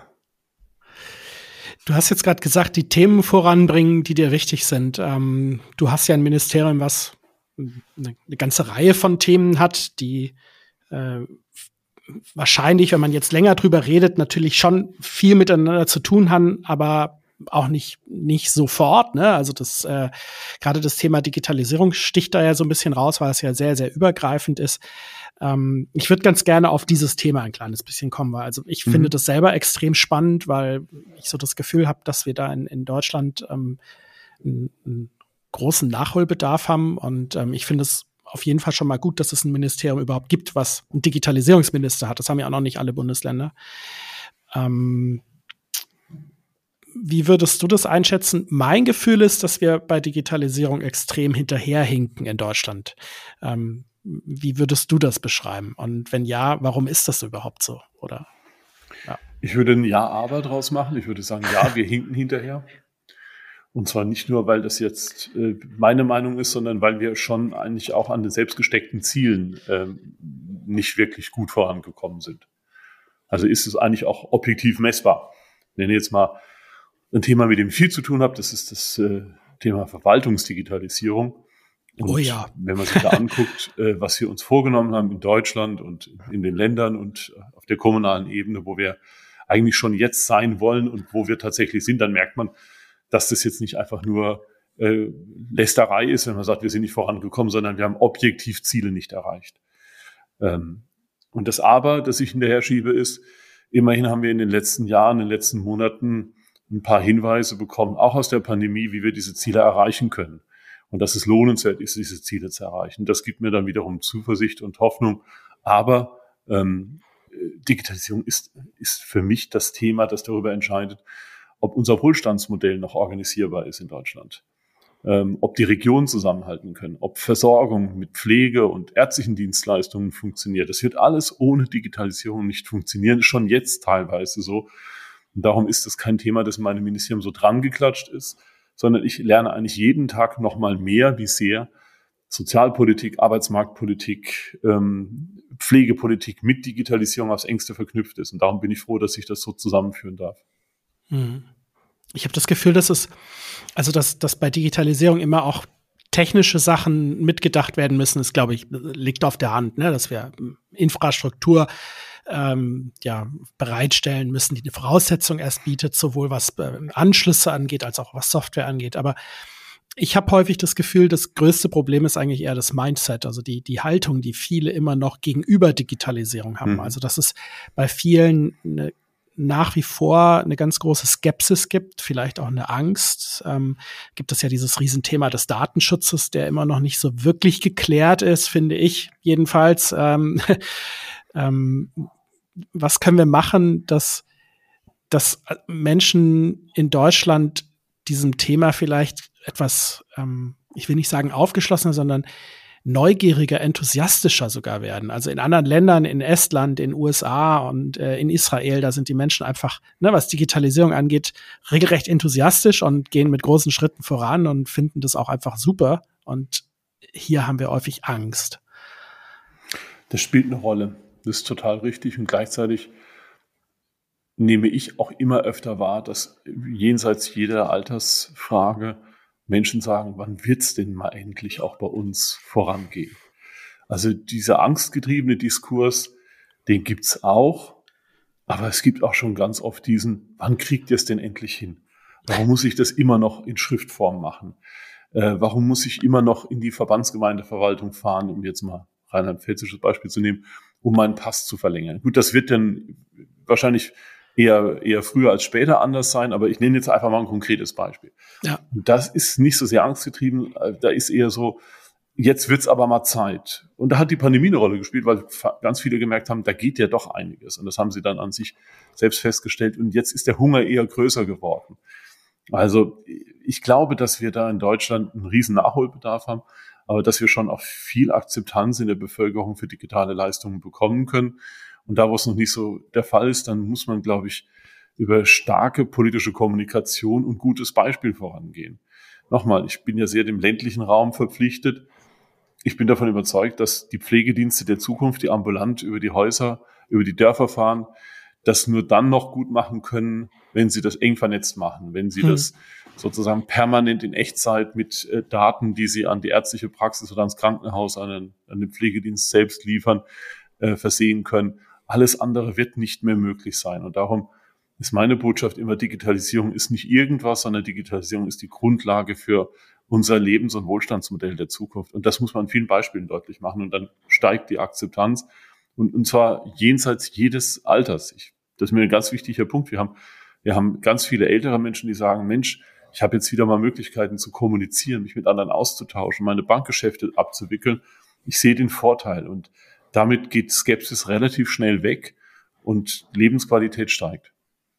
Du hast jetzt gerade gesagt, die Themen voranbringen, die dir wichtig sind. Ähm, du hast ja ein Ministerium, was eine, eine ganze Reihe von Themen hat, die äh, wahrscheinlich, wenn man jetzt länger drüber redet, natürlich schon viel miteinander zu tun haben, aber auch nicht nicht sofort, ne? Also das äh, gerade das Thema Digitalisierung sticht da ja so ein bisschen raus, weil es ja sehr, sehr übergreifend ist. Ähm, ich würde ganz gerne auf dieses Thema ein kleines bisschen kommen, weil also ich mhm. finde das selber extrem spannend, weil ich so das Gefühl habe, dass wir da in, in Deutschland ähm, einen, einen großen Nachholbedarf haben und ähm, ich finde es auf jeden Fall schon mal gut, dass es ein Ministerium überhaupt gibt, was einen Digitalisierungsminister hat. Das haben ja auch noch nicht alle Bundesländer. Ähm, Wie würdest du das einschätzen? Mein Gefühl ist, dass wir bei Digitalisierung extrem hinterherhinken in Deutschland. Ähm, wie würdest du das beschreiben? Und wenn ja, warum ist das überhaupt so? Oder? Ja. Ich würde ein Ja-Aber draus machen. Ich würde sagen, ja, wir hinken hinterher. Und zwar nicht nur, weil das jetzt äh, meine Meinung ist, sondern weil wir schon eigentlich auch an den selbstgesteckten Zielen äh, nicht wirklich gut vorangekommen sind. Also ist es eigentlich auch objektiv messbar. Wenn ihr jetzt mal ein Thema, mit dem ich viel zu tun habe, das ist das äh, Thema Verwaltungsdigitalisierung. Und oh ja. Wenn man sich da anguckt, äh, was wir uns vorgenommen haben in Deutschland und in den Ländern und auf der kommunalen Ebene, wo wir eigentlich schon jetzt sein wollen und wo wir tatsächlich sind, dann merkt man, dass das jetzt nicht einfach nur äh, Lästerei ist, wenn man sagt, wir sind nicht vorangekommen, sondern wir haben objektiv Ziele nicht erreicht. Ähm, und das Aber, das ich hinterher schiebe, ist, immerhin haben wir in den letzten Jahren, in den letzten Monaten ein paar Hinweise bekommen, auch aus der Pandemie, wie wir diese Ziele erreichen können. Und dass es lohnenswert ist, diese Ziele zu erreichen. Das gibt mir dann wiederum Zuversicht und Hoffnung. Aber ähm, Digitalisierung ist, ist für mich das Thema, das darüber entscheidet, ob unser Wohlstandsmodell noch organisierbar ist in Deutschland. Ähm, ob die Regionen zusammenhalten können, ob Versorgung mit Pflege und ärztlichen Dienstleistungen funktioniert. Das wird alles ohne Digitalisierung nicht funktionieren, ist schon jetzt teilweise so. Und darum ist es kein Thema, das in meinem Ministerium so dran geklatscht ist, sondern ich lerne eigentlich jeden Tag noch mal mehr, wie sehr Sozialpolitik, Arbeitsmarktpolitik, ähm, Pflegepolitik mit Digitalisierung aufs Engste verknüpft ist. Und darum bin ich froh, dass ich das so zusammenführen darf. Ich habe das Gefühl, dass es, also dass, dass bei Digitalisierung immer auch technische Sachen mitgedacht werden müssen. Das, glaube ich, liegt auf der Hand, ne? Dass wir Infrastruktur ähm, ja, bereitstellen müssen, die eine Voraussetzung erst bietet, sowohl was äh, Anschlüsse angeht, als auch was Software angeht. Aber ich habe häufig das Gefühl, das größte Problem ist eigentlich eher das Mindset, also die, die Haltung, die viele immer noch gegenüber Digitalisierung haben. Mhm. Also dass es bei vielen eine nach wie vor eine ganz große Skepsis gibt, vielleicht auch eine Angst. Ähm, gibt es ja dieses Riesenthema des Datenschutzes, der immer noch nicht so wirklich geklärt ist, finde ich jedenfalls. Ähm, ähm, was können wir machen, dass, dass Menschen in Deutschland diesem Thema vielleicht etwas, ähm, ich will nicht sagen aufgeschlossener, sondern neugieriger, enthusiastischer sogar werden. Also in anderen Ländern, in Estland, in U S A und äh, in Israel, da sind die Menschen einfach, ne, was Digitalisierung angeht, regelrecht enthusiastisch und gehen mit großen Schritten voran und finden das auch einfach super. Und hier haben wir häufig Angst. Das spielt eine Rolle. Das ist total richtig. Und gleichzeitig nehme ich auch immer öfter wahr, dass jenseits jeder Altersfrage Menschen sagen, wann wird's denn mal endlich auch bei uns vorangehen? Also dieser angstgetriebene Diskurs, den gibt's auch, aber es gibt auch schon ganz oft diesen, wann kriegt ihr es denn endlich hin? Warum muss ich das immer noch in Schriftform machen? Äh, warum muss ich immer noch in die Verbandsgemeindeverwaltung fahren, um jetzt mal rheinland-pfälzisches Beispiel zu nehmen, um meinen Pass zu verlängern? Gut, das wird dann wahrscheinlich eher, eher früher als später anders sein, aber ich nenne jetzt einfach mal ein konkretes Beispiel. Ja. Und das ist nicht so sehr angstgetrieben, da ist eher so, jetzt wird's aber mal Zeit. Und da hat die Pandemie eine Rolle gespielt, weil ganz viele gemerkt haben, da geht ja doch einiges. Und das haben sie dann an sich selbst festgestellt. Und jetzt ist der Hunger eher größer geworden. Also ich glaube, dass wir da in Deutschland einen riesen Nachholbedarf haben, aber dass wir schon auch viel Akzeptanz in der Bevölkerung für digitale Leistungen bekommen können. Und da, wo es noch nicht so der Fall ist, dann muss man, glaube ich, über starke politische Kommunikation und gutes Beispiel vorangehen. Nochmal, ich bin ja sehr dem ländlichen Raum verpflichtet. Ich bin davon überzeugt, dass die Pflegedienste der Zukunft, die ambulant über die Häuser, über die Dörfer fahren, das nur dann noch gut machen können, wenn sie das eng vernetzt machen, wenn sie hm. das sozusagen permanent in Echtzeit mit äh, Daten, die sie an die ärztliche Praxis oder ans Krankenhaus, an den, an den Pflegedienst selbst liefern, äh, versehen können. Alles andere wird nicht mehr möglich sein. Und darum ist meine Botschaft immer, Digitalisierung ist nicht irgendwas, sondern Digitalisierung ist die Grundlage für unser Lebens- und Wohlstandsmodell der Zukunft. Und das muss man an vielen Beispielen deutlich machen. Und dann steigt die Akzeptanz. Und, und zwar jenseits jedes Alters. Ich, das ist mir ein ganz wichtiger Punkt. Wir haben, wir haben ganz viele ältere Menschen, die sagen, Mensch, ich habe jetzt wieder mal Möglichkeiten zu kommunizieren, mich mit anderen auszutauschen, meine Bankgeschäfte abzuwickeln. Ich sehe den Vorteil. Und damit geht Skepsis relativ schnell weg und Lebensqualität steigt.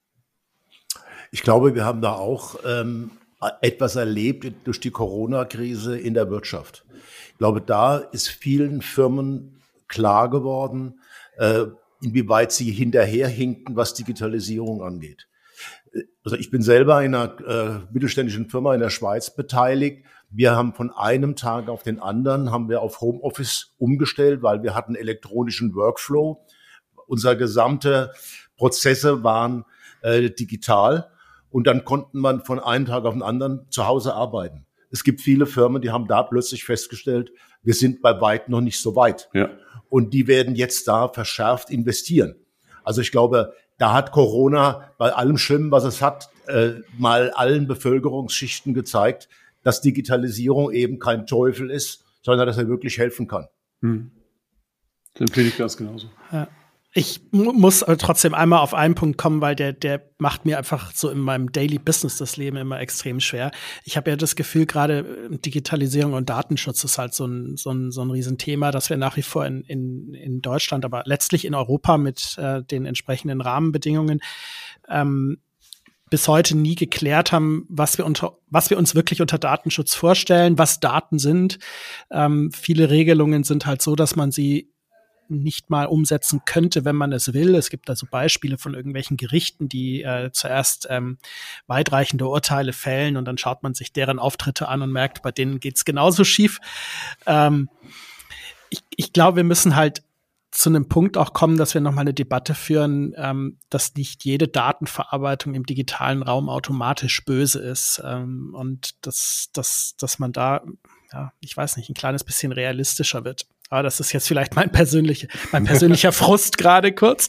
Ich glaube, wir haben da auch ähm, etwas erlebt durch die Corona-Krise in der Wirtschaft. Ich glaube, da ist vielen Firmen klar geworden, äh, inwieweit sie hinterherhinken, was Digitalisierung angeht. Also ich bin selber in einer äh, mittelständischen Firma in der Schweiz beteiligt. Wir haben von einem Tag auf den anderen haben wir auf Homeoffice umgestellt, weil wir hatten elektronischen Workflow. Unser gesamte Prozesse waren äh, digital und dann konnten man von einem Tag auf den anderen zu Hause arbeiten. Es gibt viele Firmen, die haben da plötzlich festgestellt, wir sind bei weitem noch nicht so weit. Ja. Und die werden jetzt da verschärft investieren. Also ich glaube, da hat Corona bei allem Schlimmen, was es hat, äh, mal allen Bevölkerungsschichten gezeigt, dass Digitalisierung eben kein Teufel ist, sondern dass er wirklich helfen kann. Hm. Das empfehle ich ganz genauso. Ja. Ich muss aber trotzdem einmal auf einen Punkt kommen, weil der, der macht mir einfach so in meinem Daily Business das Leben immer extrem schwer. Ich habe ja das Gefühl, gerade Digitalisierung und Datenschutz ist halt so ein, so ein, so ein Riesenthema, dass wir nach wie vor in, in, in Deutschland, aber letztlich in Europa mit äh, den entsprechenden Rahmenbedingungen ähm, bis heute nie geklärt haben, was wir unter, was wir uns wirklich unter Datenschutz vorstellen, was Daten sind. Ähm, viele Regelungen sind halt so, dass man sie nicht mal umsetzen könnte, wenn man es will. Es gibt also Beispiele von irgendwelchen Gerichten, die äh, zuerst ähm, weitreichende Urteile fällen und dann schaut man sich deren Auftritte an und merkt, bei denen geht's genauso schief. Ähm, ich, ich glaube, wir müssen halt zu einem Punkt auch kommen, dass wir nochmal eine Debatte führen, ähm, dass nicht jede Datenverarbeitung im digitalen Raum automatisch böse ist ähm, und dass, dass, dass man da, ja, ich weiß nicht, ein kleines bisschen realistischer wird. Aber das ist jetzt vielleicht mein persönlicher, mein persönlicher Frust gerade kurz.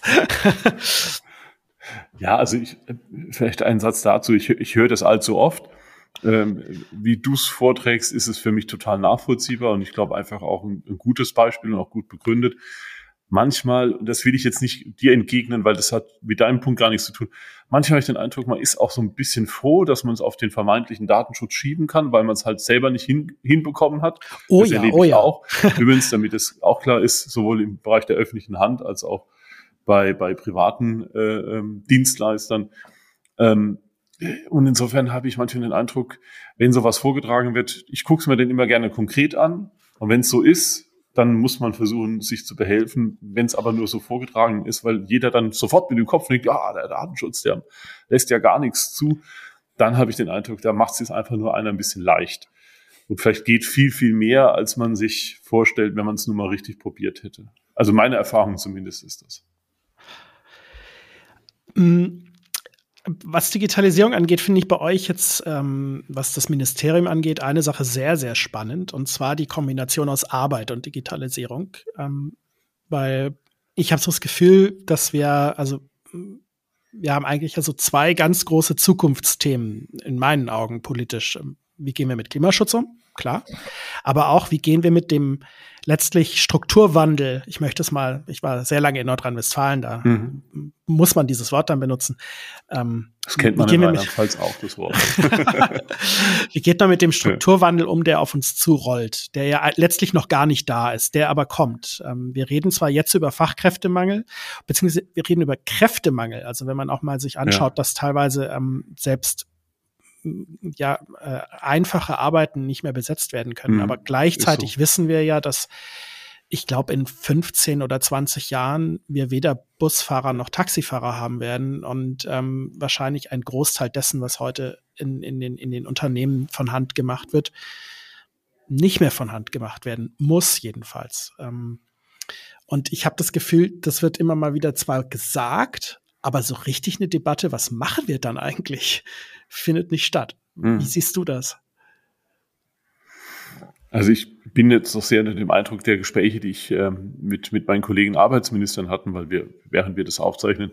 Ja, also ich, vielleicht einen Satz dazu. Ich, ich höre das allzu oft. Ähm, wie du es vorträgst, ist es für mich total nachvollziehbar und ich glaube einfach auch ein, ein gutes Beispiel und auch gut begründet. Manchmal, das will ich jetzt nicht dir entgegnen, weil das hat mit deinem Punkt gar nichts zu tun. Manchmal habe ich den Eindruck, man ist auch so ein bisschen froh, dass man es auf den vermeintlichen Datenschutz schieben kann, weil man es halt selber nicht hin, hinbekommen hat. Oh das ja, erlebe oh ich ja. auch. Übrigens, damit es auch klar ist, sowohl im Bereich der öffentlichen Hand als auch bei, bei privaten äh, ähm, Dienstleistern. Ähm, und insofern habe ich manchmal den Eindruck, wenn sowas vorgetragen wird, ich gucke es mir dann immer gerne konkret an. Und wenn es so ist, dann muss man versuchen, sich zu behelfen, wenn es aber nur so vorgetragen ist, weil jeder dann sofort mit dem Kopf denkt, ja, der Datenschutz, der lässt ja gar nichts zu. Dann habe ich den Eindruck, da macht es jetzt einfach nur einer ein bisschen leicht. Und vielleicht geht viel, viel mehr, als man sich vorstellt, wenn man es nur mal richtig probiert hätte. Also meine Erfahrung zumindest ist das. Was Digitalisierung angeht, finde ich bei euch jetzt, ähm, was das Ministerium angeht, eine Sache sehr, sehr spannend. Und zwar die Kombination aus Arbeit und Digitalisierung. Ähm, weil ich habe so das Gefühl, dass wir, also wir haben eigentlich also zwei ganz große Zukunftsthemen in meinen Augen politisch. Wie gehen wir mit Klimaschutz um? Klar. Aber auch, wie gehen wir mit dem letztlich Strukturwandel, ich möchte es mal, ich war sehr lange in Nordrhein-Westfalen, da mhm. muss man dieses Wort dann benutzen. Ähm, das kennt man in Rheinland-Pfalz auch, das Wort. Wie geht man mit dem Strukturwandel um, der auf uns zurollt, der ja letztlich noch gar nicht da ist, der aber kommt? Ähm, wir reden zwar jetzt über Fachkräftemangel, beziehungsweise wir reden über Kräftemangel. Also wenn man auch mal sich anschaut, ja. dass teilweise ähm, selbst ja äh, einfache Arbeiten nicht mehr besetzt werden können. Mhm, aber gleichzeitig so. wissen wir ja, dass ich glaube, in fünfzehn oder zwanzig Jahren wir weder Busfahrer noch Taxifahrer haben werden und ähm, wahrscheinlich ein Großteil dessen, was heute in, in, den, in den Unternehmen von Hand gemacht wird, nicht mehr von Hand gemacht werden muss jedenfalls. Ähm, und ich habe das Gefühl, das wird immer mal wieder zwar gesagt, aber so richtig eine Debatte, was machen wir dann eigentlich, findet nicht statt. Hm. Wie siehst du das? Also ich bin jetzt noch sehr unter dem Eindruck der Gespräche, die ich ähm, mit, mit meinen Kollegen Arbeitsministern hatten, weil wir, während wir das aufzeichnen,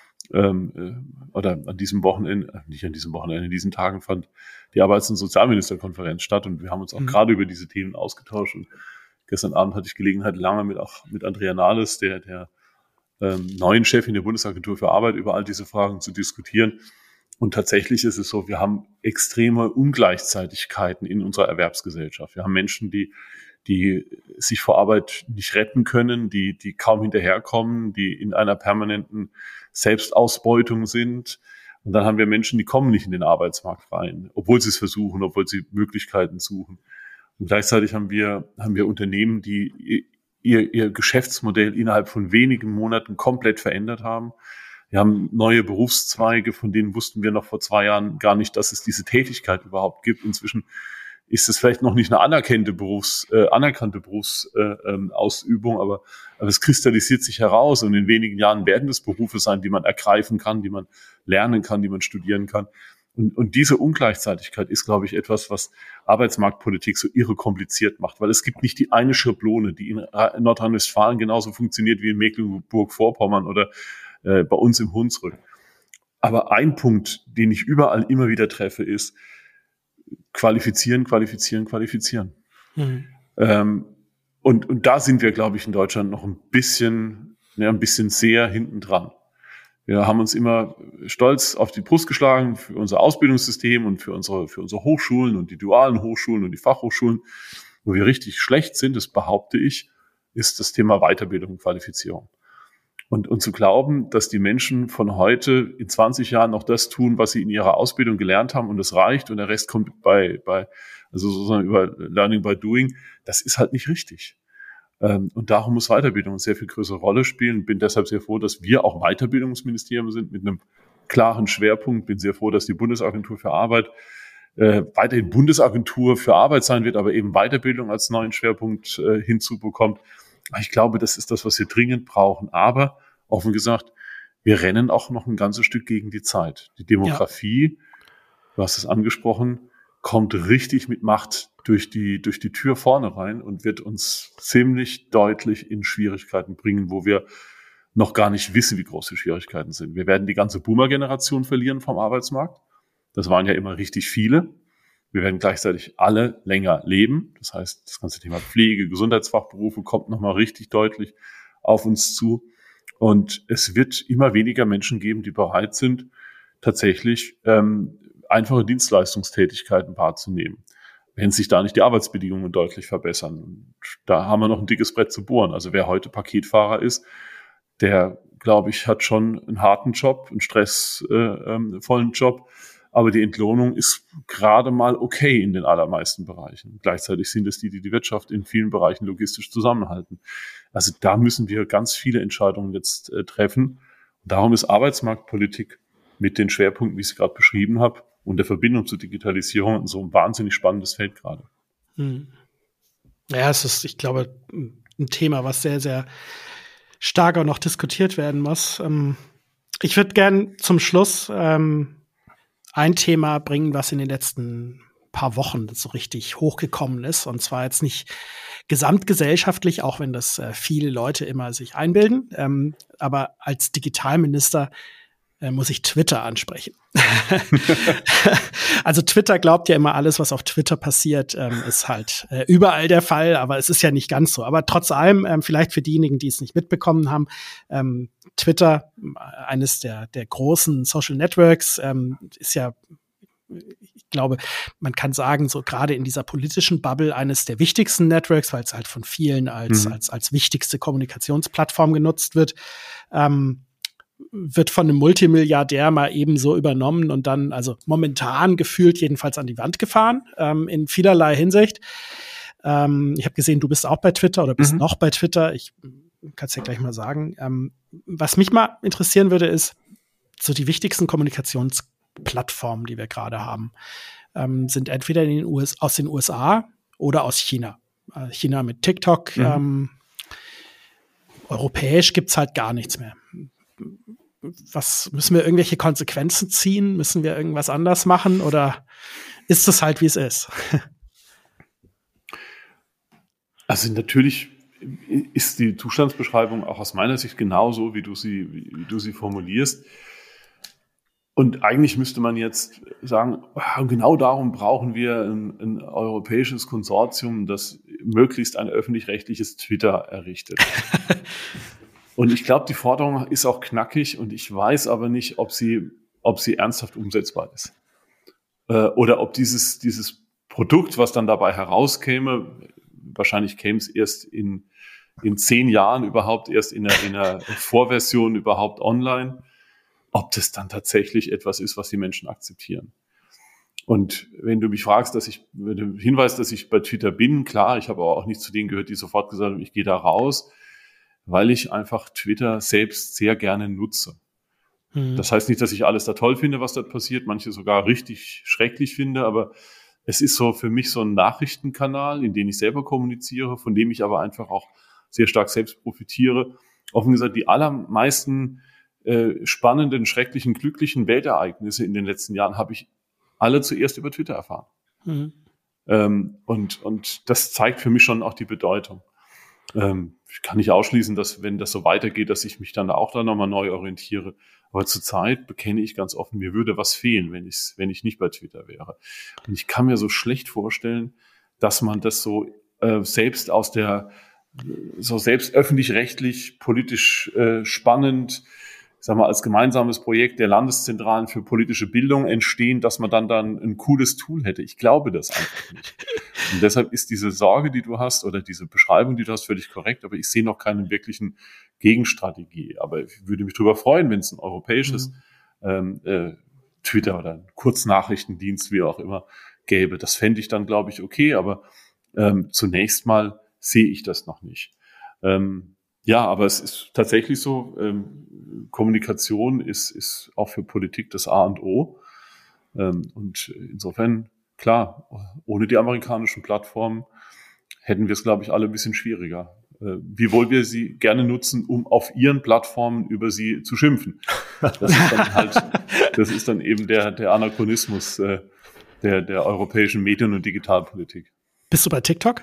ähm, äh, oder an diesem Wochenende, nicht an diesem Wochenende, in diesen Tagen fand die Arbeits- und Sozialministerkonferenz statt und wir haben uns auch mhm. gerade über diese Themen ausgetauscht und gestern Abend hatte ich Gelegenheit, lange mit auch mit Andrea Nahles, der, der ähm, neuen Chefin der Bundesagentur für Arbeit, über all diese Fragen zu diskutieren. Und tatsächlich ist es so, wir haben extreme Ungleichzeitigkeiten in unserer Erwerbsgesellschaft. Wir haben Menschen, die, die sich vor Arbeit nicht retten können, die, die kaum hinterherkommen, die in einer permanenten Selbstausbeutung sind. Und dann haben wir Menschen, die kommen nicht in den Arbeitsmarkt rein, obwohl sie es versuchen, obwohl sie Möglichkeiten suchen. Und gleichzeitig haben wir, haben wir Unternehmen, die ihr, ihr Geschäftsmodell innerhalb von wenigen Monaten komplett verändert haben. Wir haben neue Berufszweige, von denen wussten wir noch vor zwei Jahren gar nicht, dass es diese Tätigkeit überhaupt gibt. Inzwischen ist es vielleicht noch nicht eine anerkannte Berufs, äh, anerkannte Berufsausübung, äh, aber, aber es kristallisiert sich heraus und in wenigen Jahren werden es Berufe sein, die man ergreifen kann, die man lernen kann, die man studieren kann. Und, und diese Ungleichzeitigkeit ist, glaube ich, etwas, was Arbeitsmarktpolitik so irre kompliziert macht, weil es gibt nicht die eine Schablone, die in Nordrhein-Westfalen genauso funktioniert wie in Mecklenburg-Vorpommern oder äh, bei uns im Hunsrück. Aber ein Punkt, den ich überall immer wieder treffe, ist qualifizieren, qualifizieren, qualifizieren. Mhm. Ähm, und, und da sind wir, glaube ich, in Deutschland noch ein bisschen, ja, ein bisschen sehr hinten dran. Wir haben uns immer stolz auf die Brust geschlagen für unser Ausbildungssystem und für unsere, für unsere Hochschulen und die dualen Hochschulen und die Fachhochschulen. Wo wir richtig schlecht sind, das behaupte ich, ist das Thema Weiterbildung und Qualifizierung. Und, und zu glauben, dass die Menschen von heute in zwanzig Jahren noch das tun, was sie in ihrer Ausbildung gelernt haben und das reicht und der Rest kommt bei, bei, also sozusagen über Learning by Doing, das ist halt nicht richtig. Und darum muss Weiterbildung eine sehr viel größere Rolle spielen. Bin deshalb sehr froh, dass wir auch Weiterbildungsministerium sind mit einem klaren Schwerpunkt. Bin sehr froh, dass die Bundesagentur für Arbeit äh, weiterhin Bundesagentur für Arbeit sein wird, aber eben Weiterbildung als neuen Schwerpunkt äh, hinzubekommt. Ich glaube, das ist das, was wir dringend brauchen. Aber offen gesagt, wir rennen auch noch ein ganzes Stück gegen die Zeit. Die Demografie, ja. Du hast es angesprochen, kommt richtig mit Macht durch die, durch die Tür vorne rein und wird uns ziemlich deutlich in Schwierigkeiten bringen, wo wir noch gar nicht wissen, wie groß die Schwierigkeiten sind. Wir werden die ganze Boomer-Generation verlieren vom Arbeitsmarkt. Das waren ja immer richtig viele. Wir werden gleichzeitig alle länger leben. Das heißt, das ganze Thema Pflege, Gesundheitsfachberufe kommt nochmal richtig deutlich auf uns zu. Und es wird immer weniger Menschen geben, die bereit sind, tatsächlich ähm, einfache Dienstleistungstätigkeiten wahrzunehmen, wenn sich da nicht die Arbeitsbedingungen deutlich verbessern. Und da haben wir noch ein dickes Brett zu bohren. Also wer heute Paketfahrer ist, der, glaube ich, hat schon einen harten Job, einen stressvollen äh, Job, aber die Entlohnung ist gerade mal okay in den allermeisten Bereichen. Gleichzeitig sind es die, die die Wirtschaft in vielen Bereichen logistisch zusammenhalten. Also da müssen wir ganz viele Entscheidungen jetzt äh, treffen. Und darum ist Arbeitsmarktpolitik mit den Schwerpunkten, wie ich es gerade beschrieben habe, und der Verbindung zur Digitalisierung so ein wahnsinnig spannendes Feld gerade. Hm. Ja, es ist, ich glaube, ein Thema, was sehr, sehr stark auch noch diskutiert werden muss. Ähm, Ich würde gern zum Schluss ähm, ein Thema bringen, was in den letzten paar Wochen so richtig hochgekommen ist. Und zwar jetzt nicht gesamtgesellschaftlich, auch wenn das äh, viele Leute immer sich einbilden. Ähm, aber als Digitalminister äh, muss ich Twitter ansprechen. Also Twitter glaubt ja immer, alles, was auf Twitter passiert, ähm, ist halt äh, überall der Fall. Aber es ist ja nicht ganz so. Aber trotz allem, ähm, vielleicht für diejenigen, die es nicht mitbekommen haben, ähm, Twitter, eines der, der großen Social Networks, ähm, ist ja, ich glaube, man kann sagen, so gerade in dieser politischen Bubble eines der wichtigsten Networks, weil es halt von vielen als, mhm. als, als wichtigste Kommunikationsplattform genutzt wird, ähm, wird von einem Multimilliardär mal eben so übernommen und dann, also momentan gefühlt jedenfalls an die Wand gefahren, ähm, in vielerlei Hinsicht. Ähm, ich habe gesehen, du bist auch bei Twitter oder bist mhm. noch bei Twitter. Ich kann es ja gleich mal sagen. Ähm, was mich mal interessieren würde, ist so die wichtigsten Kommunikationsplattformen, die wir gerade haben, ähm, sind entweder in den U S, aus den U S A oder aus China. Äh, China mit TikTok. Mhm. Ähm, europäisch gibt's halt gar nichts mehr. Was, müssen wir irgendwelche Konsequenzen ziehen? Müssen wir irgendwas anders machen? Oder ist es halt, wie es ist? Also natürlich ist die Zustandsbeschreibung auch aus meiner Sicht genauso, wie du sie, wie du sie formulierst. Und eigentlich müsste man jetzt sagen, genau darum brauchen wir ein, ein europäisches Konsortium, das möglichst ein öffentlich-rechtliches Twitter errichtet. Und ich glaube, die Forderung ist auch knackig und ich weiß aber nicht, ob sie, ob sie ernsthaft umsetzbar ist. Äh, oder ob dieses, dieses Produkt, was dann dabei herauskäme, wahrscheinlich käme es erst in, in zehn Jahren überhaupt, erst in einer, in einer Vorversion überhaupt online, ob das dann tatsächlich etwas ist, was die Menschen akzeptieren. Und wenn du mich fragst, dass ich, wenn du hinweist, dass ich bei Twitter bin, klar, ich habe aber auch nicht zu denen gehört, die sofort gesagt haben, ich gehe da raus, weil ich einfach Twitter selbst sehr gerne nutze. Mhm. Das heißt nicht, dass ich alles da toll finde, was dort passiert, manche sogar richtig schrecklich finde, aber es ist so für mich so ein Nachrichtenkanal, in dem ich selber kommuniziere, von dem ich aber einfach auch sehr stark selbst profitiere. Offen gesagt, die allermeisten äh, spannenden, schrecklichen, glücklichen Weltereignisse in den letzten Jahren habe ich alle zuerst über Twitter erfahren. Mhm. Ähm, und, und das zeigt für mich schon auch die Bedeutung. Ähm, ich kann nicht ausschließen, dass wenn das so weitergeht, dass ich mich dann auch da nochmal neu orientiere. Aber zurzeit bekenne ich ganz offen, mir würde was fehlen, wenn ich, wenn ich nicht bei Twitter wäre. Und ich kann mir so schlecht vorstellen, dass man das so äh, selbst aus der, so selbst öffentlich-rechtlich, politisch äh, spannend, ich sag mal, als gemeinsames Projekt der Landeszentralen für politische Bildung entstehen, dass man dann dann ein cooles Tool hätte. Ich glaube das einfach nicht. Und deshalb ist diese Sorge, die du hast, oder diese Beschreibung, die du hast, völlig korrekt, aber ich sehe noch keine wirklichen Gegenstrategie. Aber ich würde mich darüber freuen, wenn es ein europäisches mhm. ähm, äh, Twitter oder ein Kurznachrichtendienst, wie auch immer, gäbe. Das fände ich dann, glaube ich, okay, aber ähm, zunächst mal sehe ich das noch nicht. Ähm, ja, aber es ist tatsächlich so, ähm, Kommunikation ist, ist auch für Politik das A und O. Ähm, und insofern, klar, ohne die amerikanischen Plattformen hätten wir es, glaube ich, alle ein bisschen schwieriger. Äh, wiewohl wir sie gerne nutzen, um auf ihren Plattformen über sie zu schimpfen. Das ist dann halt, das ist dann eben der, der Anachronismus äh, der, der europäischen Medien- und Digitalpolitik. Bist du bei TikTok?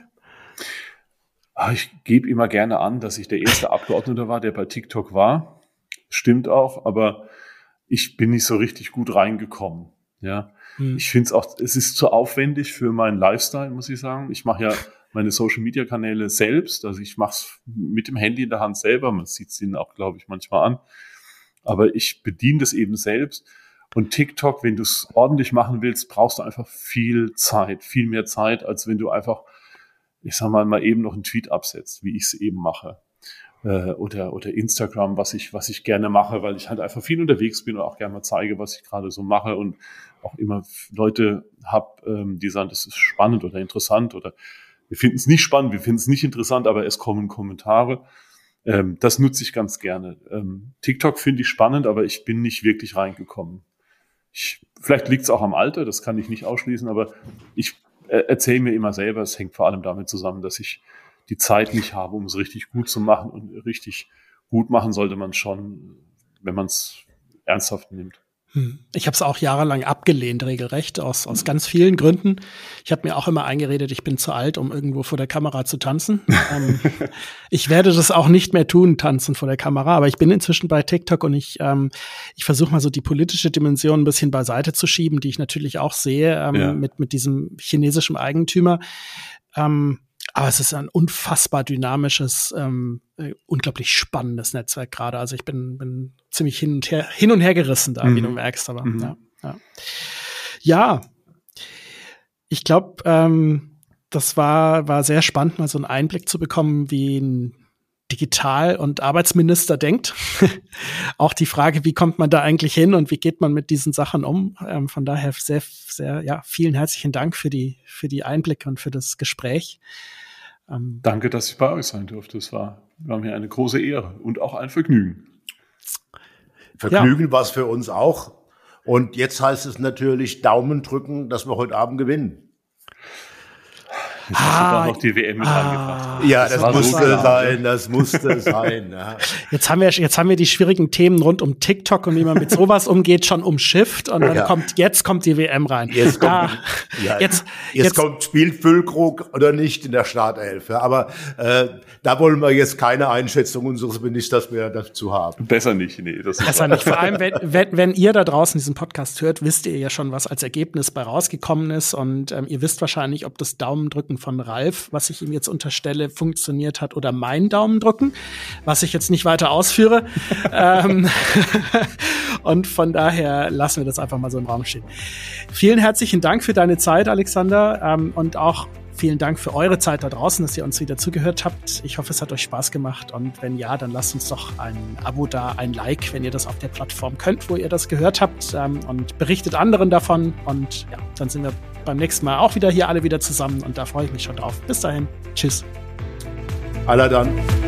Ich gebe immer gerne an, dass ich der erste Abgeordnete war, der bei TikTok war. Stimmt auch, aber ich bin nicht so richtig gut reingekommen. Ja, hm. Ich finde es auch, es ist zu aufwendig für meinen Lifestyle, muss ich sagen. Ich mache ja meine Social-Media-Kanäle selbst, also ich mache es mit dem Handy in der Hand selber. Man sieht es ihnen auch, glaube ich, manchmal an. Aber ich bediene das eben selbst. Und TikTok, wenn du es ordentlich machen willst, brauchst du einfach viel Zeit, viel mehr Zeit, als wenn du einfach, ich sag mal, mal eben noch einen Tweet absetzt, wie ich es eben mache. Äh, oder, oder Instagram, was ich, was ich gerne mache, weil ich halt einfach viel unterwegs bin und auch gerne mal zeige, was ich gerade so mache und auch immer Leute habe, ähm, die sagen, das ist spannend oder interessant oder wir finden es nicht spannend, wir finden es nicht interessant, aber es kommen Kommentare. Ähm, das nutze ich ganz gerne. Ähm, TikTok finde ich spannend, aber ich bin nicht wirklich reingekommen. Ich, vielleicht liegt es auch am Alter, das kann ich nicht ausschließen, aber ich erzähle mir immer selber, es hängt vor allem damit zusammen, dass ich die Zeit nicht habe, um es richtig gut zu machen. Und richtig gut machen sollte man schon, wenn man es ernsthaft nimmt. Ich habe es auch jahrelang abgelehnt, regelrecht, aus, aus ganz vielen Gründen. Ich habe mir auch immer eingeredet, ich bin zu alt, um irgendwo vor der Kamera zu tanzen. ähm, ich werde das auch nicht mehr tun, tanzen vor der Kamera, aber ich bin inzwischen bei TikTok und ich, ähm, ich versuche mal so die politische Dimension ein bisschen beiseite zu schieben, die ich natürlich auch sehe ähm, ja. mit, mit diesem chinesischen Eigentümer. Ähm, Aber es ist ein unfassbar dynamisches, ähm, äh, unglaublich spannendes Netzwerk gerade. Also ich bin, bin ziemlich hin und her, hin und her gerissen da, mhm. wie du merkst. Aber mhm. ja, ja. ja, ich glaube, ähm, das war, war sehr spannend, mal so einen Einblick zu bekommen, wie ein Digital- und Arbeitsminister denkt. Auch die Frage, wie kommt man da eigentlich hin und wie geht man mit diesen Sachen um? Ähm, von daher sehr, sehr, ja, vielen herzlichen Dank für die, für die Einblicke und für das Gespräch. Ähm, Danke, dass ich bei euch sein durfte. Es war, war mir eine große Ehre und auch ein Vergnügen. Vergnügen ja. war es für uns auch. Und jetzt heißt es natürlich Daumen drücken, dass wir heute Abend gewinnen. Jetzt hast ah, du da noch die W M mit ah, reingebracht. Ja, das, das musste so sein, das musste sein. Ja. Jetzt haben wir, jetzt haben wir die schwierigen Themen rund um TikTok und wie man mit sowas umgeht, schon umschifft und dann ja. kommt, jetzt kommt die W M rein. Jetzt kommt, ah, ja, jetzt, jetzt, jetzt kommt, spielt Füllkrug oder nicht in der Startelf. Ja, aber äh, da wollen wir jetzt keine Einschätzung unseres Ministers mehr dazu haben. Besser nicht, nee. Das Besser nicht. Vor allem, wenn, wenn, wenn ihr da draußen diesen Podcast hört, wisst ihr ja schon, was als Ergebnis bei rausgekommen ist und ähm, ihr wisst wahrscheinlich, ob das Daumendrücken von Ralf, was ich ihm jetzt unterstelle, funktioniert hat oder mein Daumendrücken, was ich jetzt nicht weiter ausführe. ähm, und von daher lassen wir das einfach mal so im Raum stehen. Vielen herzlichen Dank für deine Zeit, Alexander, ähm, und auch vielen Dank für eure Zeit da draußen, dass ihr uns wieder zugehört habt. Ich hoffe, es hat euch Spaß gemacht und wenn ja, dann lasst uns doch ein Abo da, ein Like, wenn ihr das auf der Plattform könnt, wo ihr das gehört habt ähm, und berichtet anderen davon und ja, dann sind wir beim nächsten Mal auch wieder hier alle wieder zusammen und da freue ich mich schon drauf. Bis dahin. Tschüss. Aller dann.